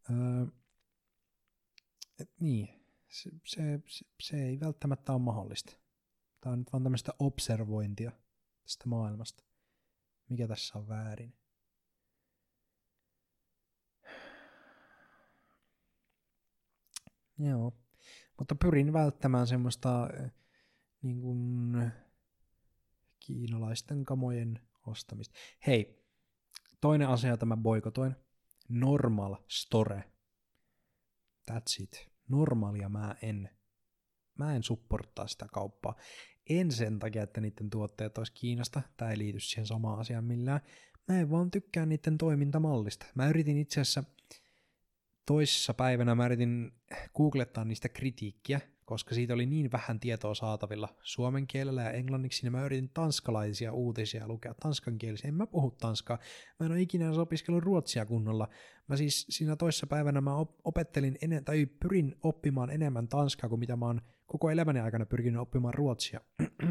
Niin, se ei välttämättä ole mahdollista. Tämä on nyt vaan tämmöistä observointia tästä maailmasta. Mikä tässä on väärin? Joo, mutta pyrin välttämään semmoista kiinalaisten kamojen ostamista. Hei, toinen asia, jota mä boikotoin. Normal store. That's it. Normaalia mä en supporttaa sitä kauppaa. En sen takia, että niiden tuotteet olisi Kiinasta. Tää ei liity siihen samaan asiaan millään. Mä en vaan tykkää niiden toimintamallista. Mä yritin itse asiassa toissa päivänä, mä yritin googlettaa niistä kritiikkiä, koska siitä oli niin vähän tietoa saatavilla suomen kielellä ja englanniksi, niin mä yritin tanskalaisia uutisia lukea tanskankielisiä. En mä puhu tanskaa, mä en ole ikinä edes opiskellut ruotsia kunnolla. Mä siis siinä toissa päivänä mä opettelin tai pyrin oppimaan enemmän tanskaa kuin mitä mä oon koko elämäni aikana pyrkinyt oppimaan ruotsia.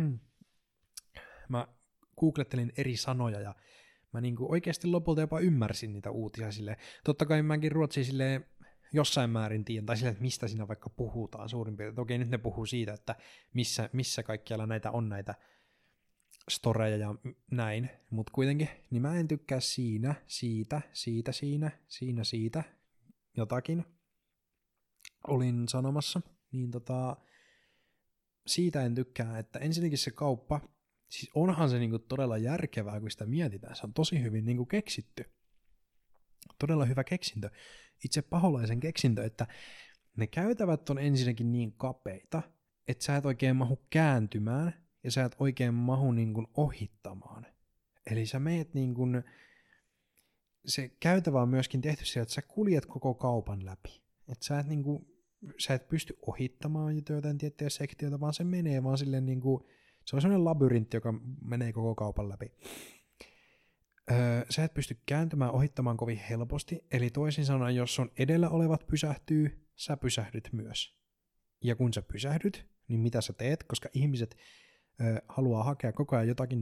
Mä googlettelin eri sanoja ja mä niinku oikeasti lopulta jopa ymmärsin niitä uutisia silleen. Totta kai mäkin ruotsia silleen jossain määrin tiedän, tai silleen, että mistä siinä vaikka puhutaan suurin piirtein. Okei, nyt ne puhuu siitä, että missä kaikkialla näitä on näitä storeja ja näin, mutta kuitenkin, niin mä en tykkää siitä, jotakin olin sanomassa, niin siitä en tykkää, että ensinnäkin se kauppa, siis onhan se niinku todella järkevää, kun sitä mietitään, se on tosi hyvin niinku keksitty, todella hyvä keksintö, itse paholaisen keksintö, että ne käytävät on ensinnäkin niin kapeita, että sä et oikein mahu kääntymään, ja sä et oikein mahu niin kuin ohittamaan. Eli sä meet niin kuin, se käytävä on myöskin tehty sillä, että sä kuljet koko kaupan läpi. Että sä et pysty ohittamaan jotain tiettyjä sektioita, vaan se menee vaan silleen niin kuin, se on sellainen labyrintti, joka menee koko kaupan läpi. Sä et pysty kääntymään ohittamaan kovin helposti, eli toisin sanoen, jos sun edellä olevat pysähtyy, sä pysähdyt myös. Ja kun sä pysähdyt, niin mitä sä teet, koska ihmiset haluaa hakea koko ajan jotakin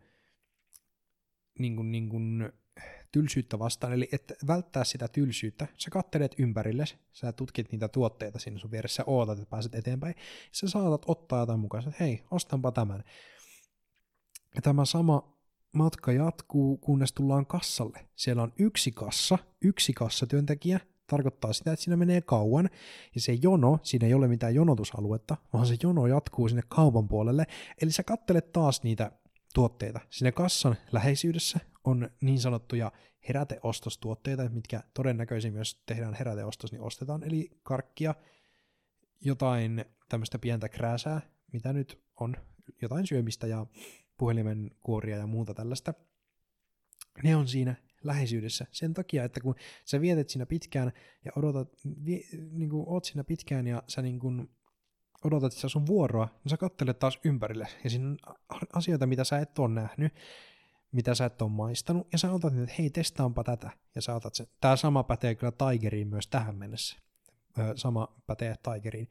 niin kuin tylsyyttä vastaan, eli et välttää sitä tylsyyttä, sä kattelet ympärillesi, sä tutkit niitä tuotteita siinä sun vieressä, sä ootat, että pääset eteenpäin, sä saatat ottaa jotain mukaan, että hei, ostanpa tämän. Ja tämä sama matka jatkuu, kunnes tullaan kassalle. Siellä on yksi kassatyöntekijä, tarkoittaa sitä, että siinä menee kauan, ja se jono, siinä ei ole mitään jonotusaluetta, vaan se jono jatkuu sinne kaupan puolelle, eli sä kattelet taas niitä tuotteita. Siinä kassan läheisyydessä on niin sanottuja heräteostostuotteita, mitkä todennäköisimmin, jos tehdään heräteostos, niin ostetaan, eli karkkia, jotain tämmöistä pientä krääsää, mitä nyt on, jotain syömistä ja puhelimen kuoria ja muuta tällaista. Ne on siinä läheisyydessä sen takia, että kun sä vietet siinä pitkään ja oot siinä pitkään ja sä odotat sitä sun vuoroa, niin sä katselet taas ympärille ja siinä on asioita, mitä sä et ole nähnyt, mitä sä et ole maistanut ja sä otat, että hei, testaanpa tätä ja sä otat sen. Tää sama pätee kyllä Tigeriin myös tähän mennessä. Sama pätee Tigeriin.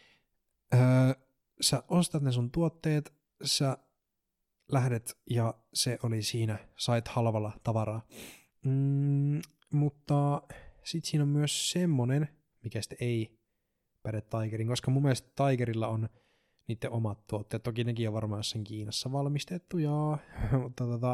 Sä ostat ne sun tuotteet, sä lähdet ja se oli siinä, sait halvalla tavaraa. Mutta sit siinä on myös semmonen, mikä sitten ei päde Tigerin, koska mun mielestä Tigerilla on niiden omat tuotteet. Toki nekin on varmaan jossain Kiinassa valmistettu, mutta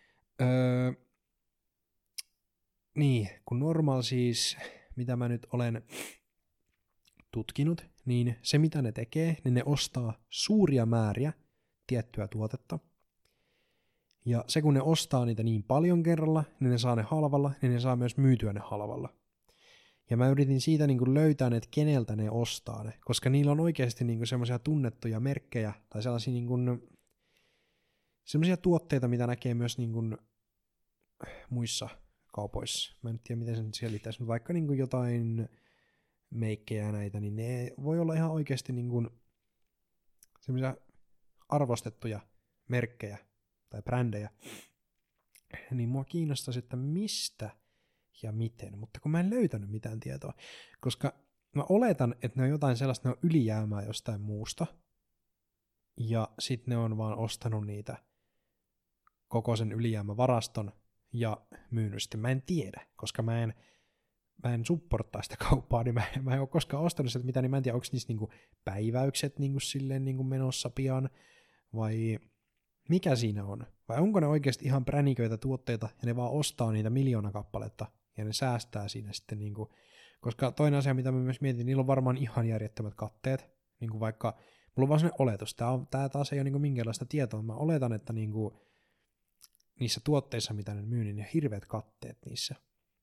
niin, kun normaal siis, mitä mä nyt olen tutkinut, niin se mitä ne tekee, niin ne ostaa suuria määriä tiettyä tuotetta. Ja se kun ne ostaa niitä niin paljon kerralla, niin ne saa ne halvalla, niin ne saa myös myytyä ne halvalla. Ja mä yritin siitä löytää, että keneltä ne ostaa ne, koska niillä on oikeasti semmoisia tunnettuja merkkejä, tai sellaisia semmoisia tuotteita, mitä näkee myös muissa kaupoissa. Mä en tiedä, miten sen selittäisi, mutta vaikka jotain meikkejä näitä, niin ne voi olla ihan oikeasti semmoisia arvostettuja merkkejä tai brändejä, niin mua kiinnostaisi, että mistä ja miten, mutta kun mä en löytänyt mitään tietoa, koska mä oletan, että ne on jotain sellaista, ne on ylijäämää jostain muusta, ja sit ne on vaan ostanut niitä koko sen ylijäämävaraston ja myynyt sitten. Mä en tiedä, koska mä en supporttaa sitä kauppaa, niin mä en ole koskaan ostanut sieltä mitään, niin mä en tiedä, onko niissä päiväykset silleen menossa pian, vai mikä siinä on? Vai onko ne oikeasti ihan präniköitä tuotteita, ja ne vaan ostaa niitä 1 000 000 kappaletta, ja ne säästää siinä sitten, koska toinen asia, mitä mä myös mietin, niillä on varmaan ihan järjettömät katteet, vaikka, mulla on vaan sellainen oletus, tää taas ei ole minkäänlaista tietoa, mä oletan, että niissä tuotteissa, mitä ne myy, niin ne hirveät katteet niissä.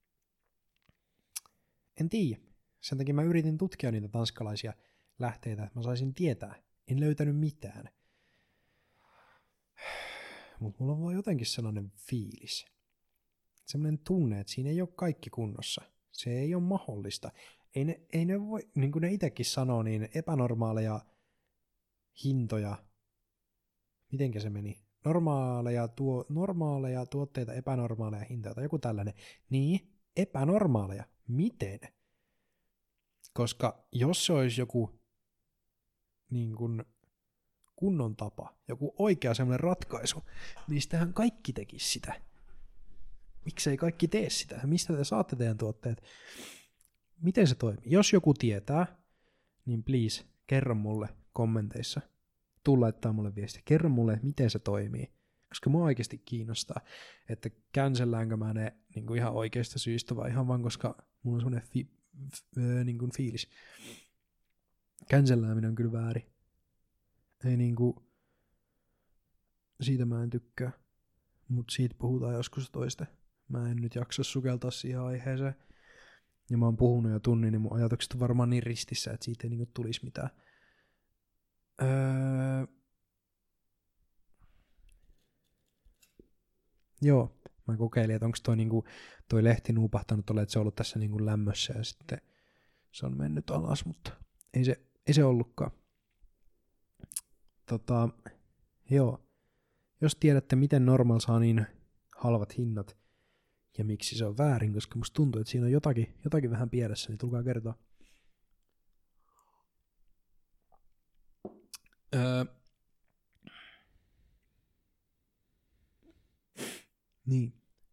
En tiedä. Sen takia mä yritin tutkia niitä tanskalaisia lähteitä, että mä saisin tietää. En löytänyt mitään. Mutta mulla on vaan jotenkin sellainen fiilis. Sellainen tunne, että siinä ei ole kaikki kunnossa. Se ei ole mahdollista. Ei ne voi, niin kuin ne itsekin sanoo, niin epänormaaleja hintoja, mitenkä se meni? Normaaleja tuotteita, epänormaaleja hintoja tai joku tällainen. Niin, epänormaaleja. Miten? Koska jos se olisi joku niin kuin kunnon tapa, joku oikea semmoinen ratkaisu, niin sitähän kaikki tekisi sitä. Miksei kaikki tee sitä? Mistä te saatte teidän tuotteet? Miten se toimii? Jos joku tietää, niin please, kerro mulle kommenteissa. Tuu laittaa mulle viestiä. Kerro mulle, että miten se toimii. Koska mua oikeasti kiinnostaa, että cancelläänkö mä ne niin kuin ihan oikeasta syystä vai ihan vaan, koska mulla on semmoinen niin kuin fiilis. Cancellääminen on kyllä väärin. Ei niinku, siitä mä en tykkää, mutta siitä puhutaan joskus toista. Mä en nyt jaksa sukeltaa siihen aiheeseen. Ja mä oon puhunut jo tunnin, niin mun ajatukset on varmaan niin ristissä, että siitä ei niinku tulisi mitään. Joo, mä kokeilin, että onko toi lehti nuupahtanut ole, että se on ollut tässä niinku lämmössä ja sitten se on mennyt alas, mutta ei se ollutkaan. Joo. Jos tiedätte, miten Normal saa niin halvat hinnat ja miksi se on väärin, koska musta tuntuu, että siinä on jotakin vähän pielessä, niin tulkaa kertoa. Niin.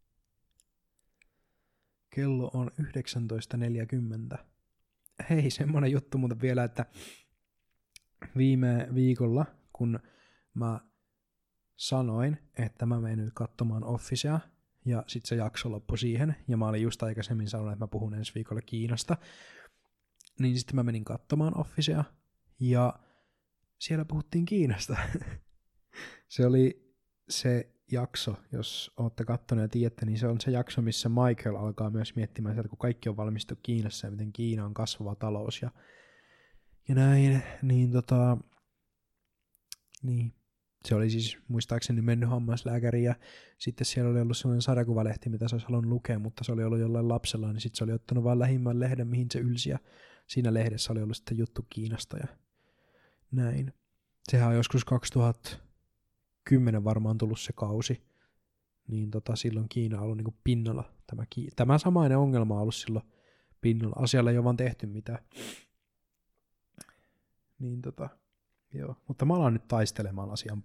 Kello on 19.40. Hei, semmonen juttu muuten vielä, että viime viikolla, kun mä sanoin, että mä menen nyt katsomaan Officea, ja sit se jakso loppui siihen, ja mä olin just aikaisemmin sanonut, että mä puhun ensi viikolla Kiinasta, niin sitten mä menin katsomaan Officea, ja siellä puhuttiin Kiinasta. Se oli se jakso, jos ootte kattoneet ja tiedätte, niin se on se jakso, missä Michael alkaa myös miettimään sieltä, kun kaikki on valmistu Kiinassa, ja miten Kiina on kasvava talous, ja näin, niin niin. Se oli siis muistaakseni mennyt hammaslääkäriin ja sitten siellä oli ollut sellainen sarjakuvalehti, mitä se olisi halunnut lukea, mutta se oli ollut jollain lapsella, niin sitten se oli ottanut vain lähimmän lehden, mihin se ylsi ja siinä lehdessä oli ollut sitten juttu Kiinasta ja näin. Sehän on joskus 2010 varmaan tullut se kausi, niin silloin Kiina on ollut niin kuin pinnalla. Tämä samainen ongelma on ollut silloin pinnalla. Asialle ei ole vaan tehty mitään. Niin joo, mutta mä alan nyt taistelemaan asian,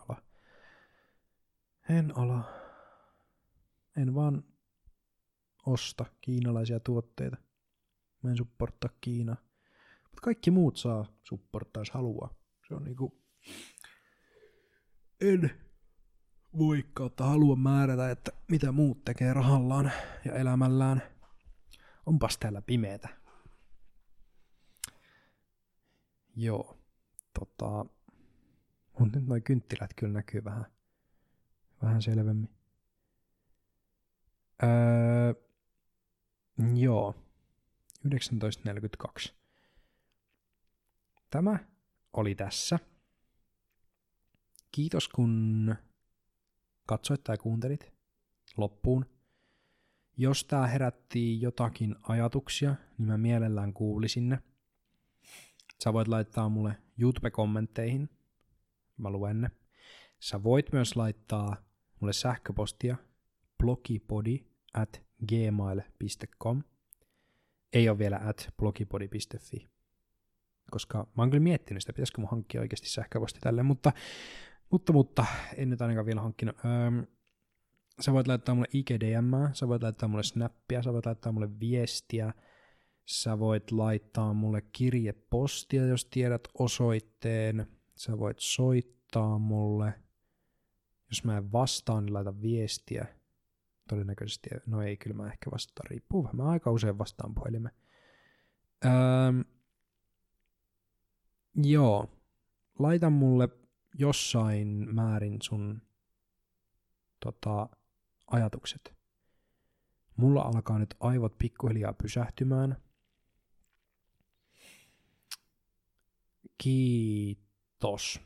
en ala. En vaan osta kiinalaisia tuotteita. Mä en supporttaa Kiinaa. Mutta kaikki muut saa supporttaa, jos haluaa. Se on niinku... En voi kautta halua määrätä, että mitä muut tekee rahallaan ja elämällään. Onpas täällä pimeetä. Joo. Mutta nyt noi kynttilät kyllä näkyy vähän selvemmin. Joo. 19.42. Tämä oli tässä. Kiitos kun katsoit tai kuuntelit loppuun. Jos tää herätti jotakin ajatuksia, niin mä mielellään kuulisin ne. Sä voit laittaa mulle YouTube-kommentteihin. Mä luen ne. Sä voit myös laittaa mulle sähköpostia blogipodi@gmail.com. Ei ole vielä @blogipodi.fi. Koska mä oon kyllä miettinyt sitä, pitäisikö mun hankkia oikeasti sähköposti tälle, mutta en nyt ainakaan vielä hankkinut. Sä voit laittaa mulle IGDM:ää, sä voit laittaa mulle snappia, sä voit laittaa mulle viestiä, sä voit laittaa mulle kirjepostia, jos tiedät osoitteen, sä voit soittaa mulle, jos mä en vastaa, niin laita viestiä. Todennäköisesti, no ei, kyllä mä ehkä vastaan, riippuu vähän, mä aika usein vastaan puhelimeen. Joo, laita mulle jossain määrin sun ajatukset. Mulla alkaa nyt aivot pikkuhiljaa pysähtymään. Kiitos.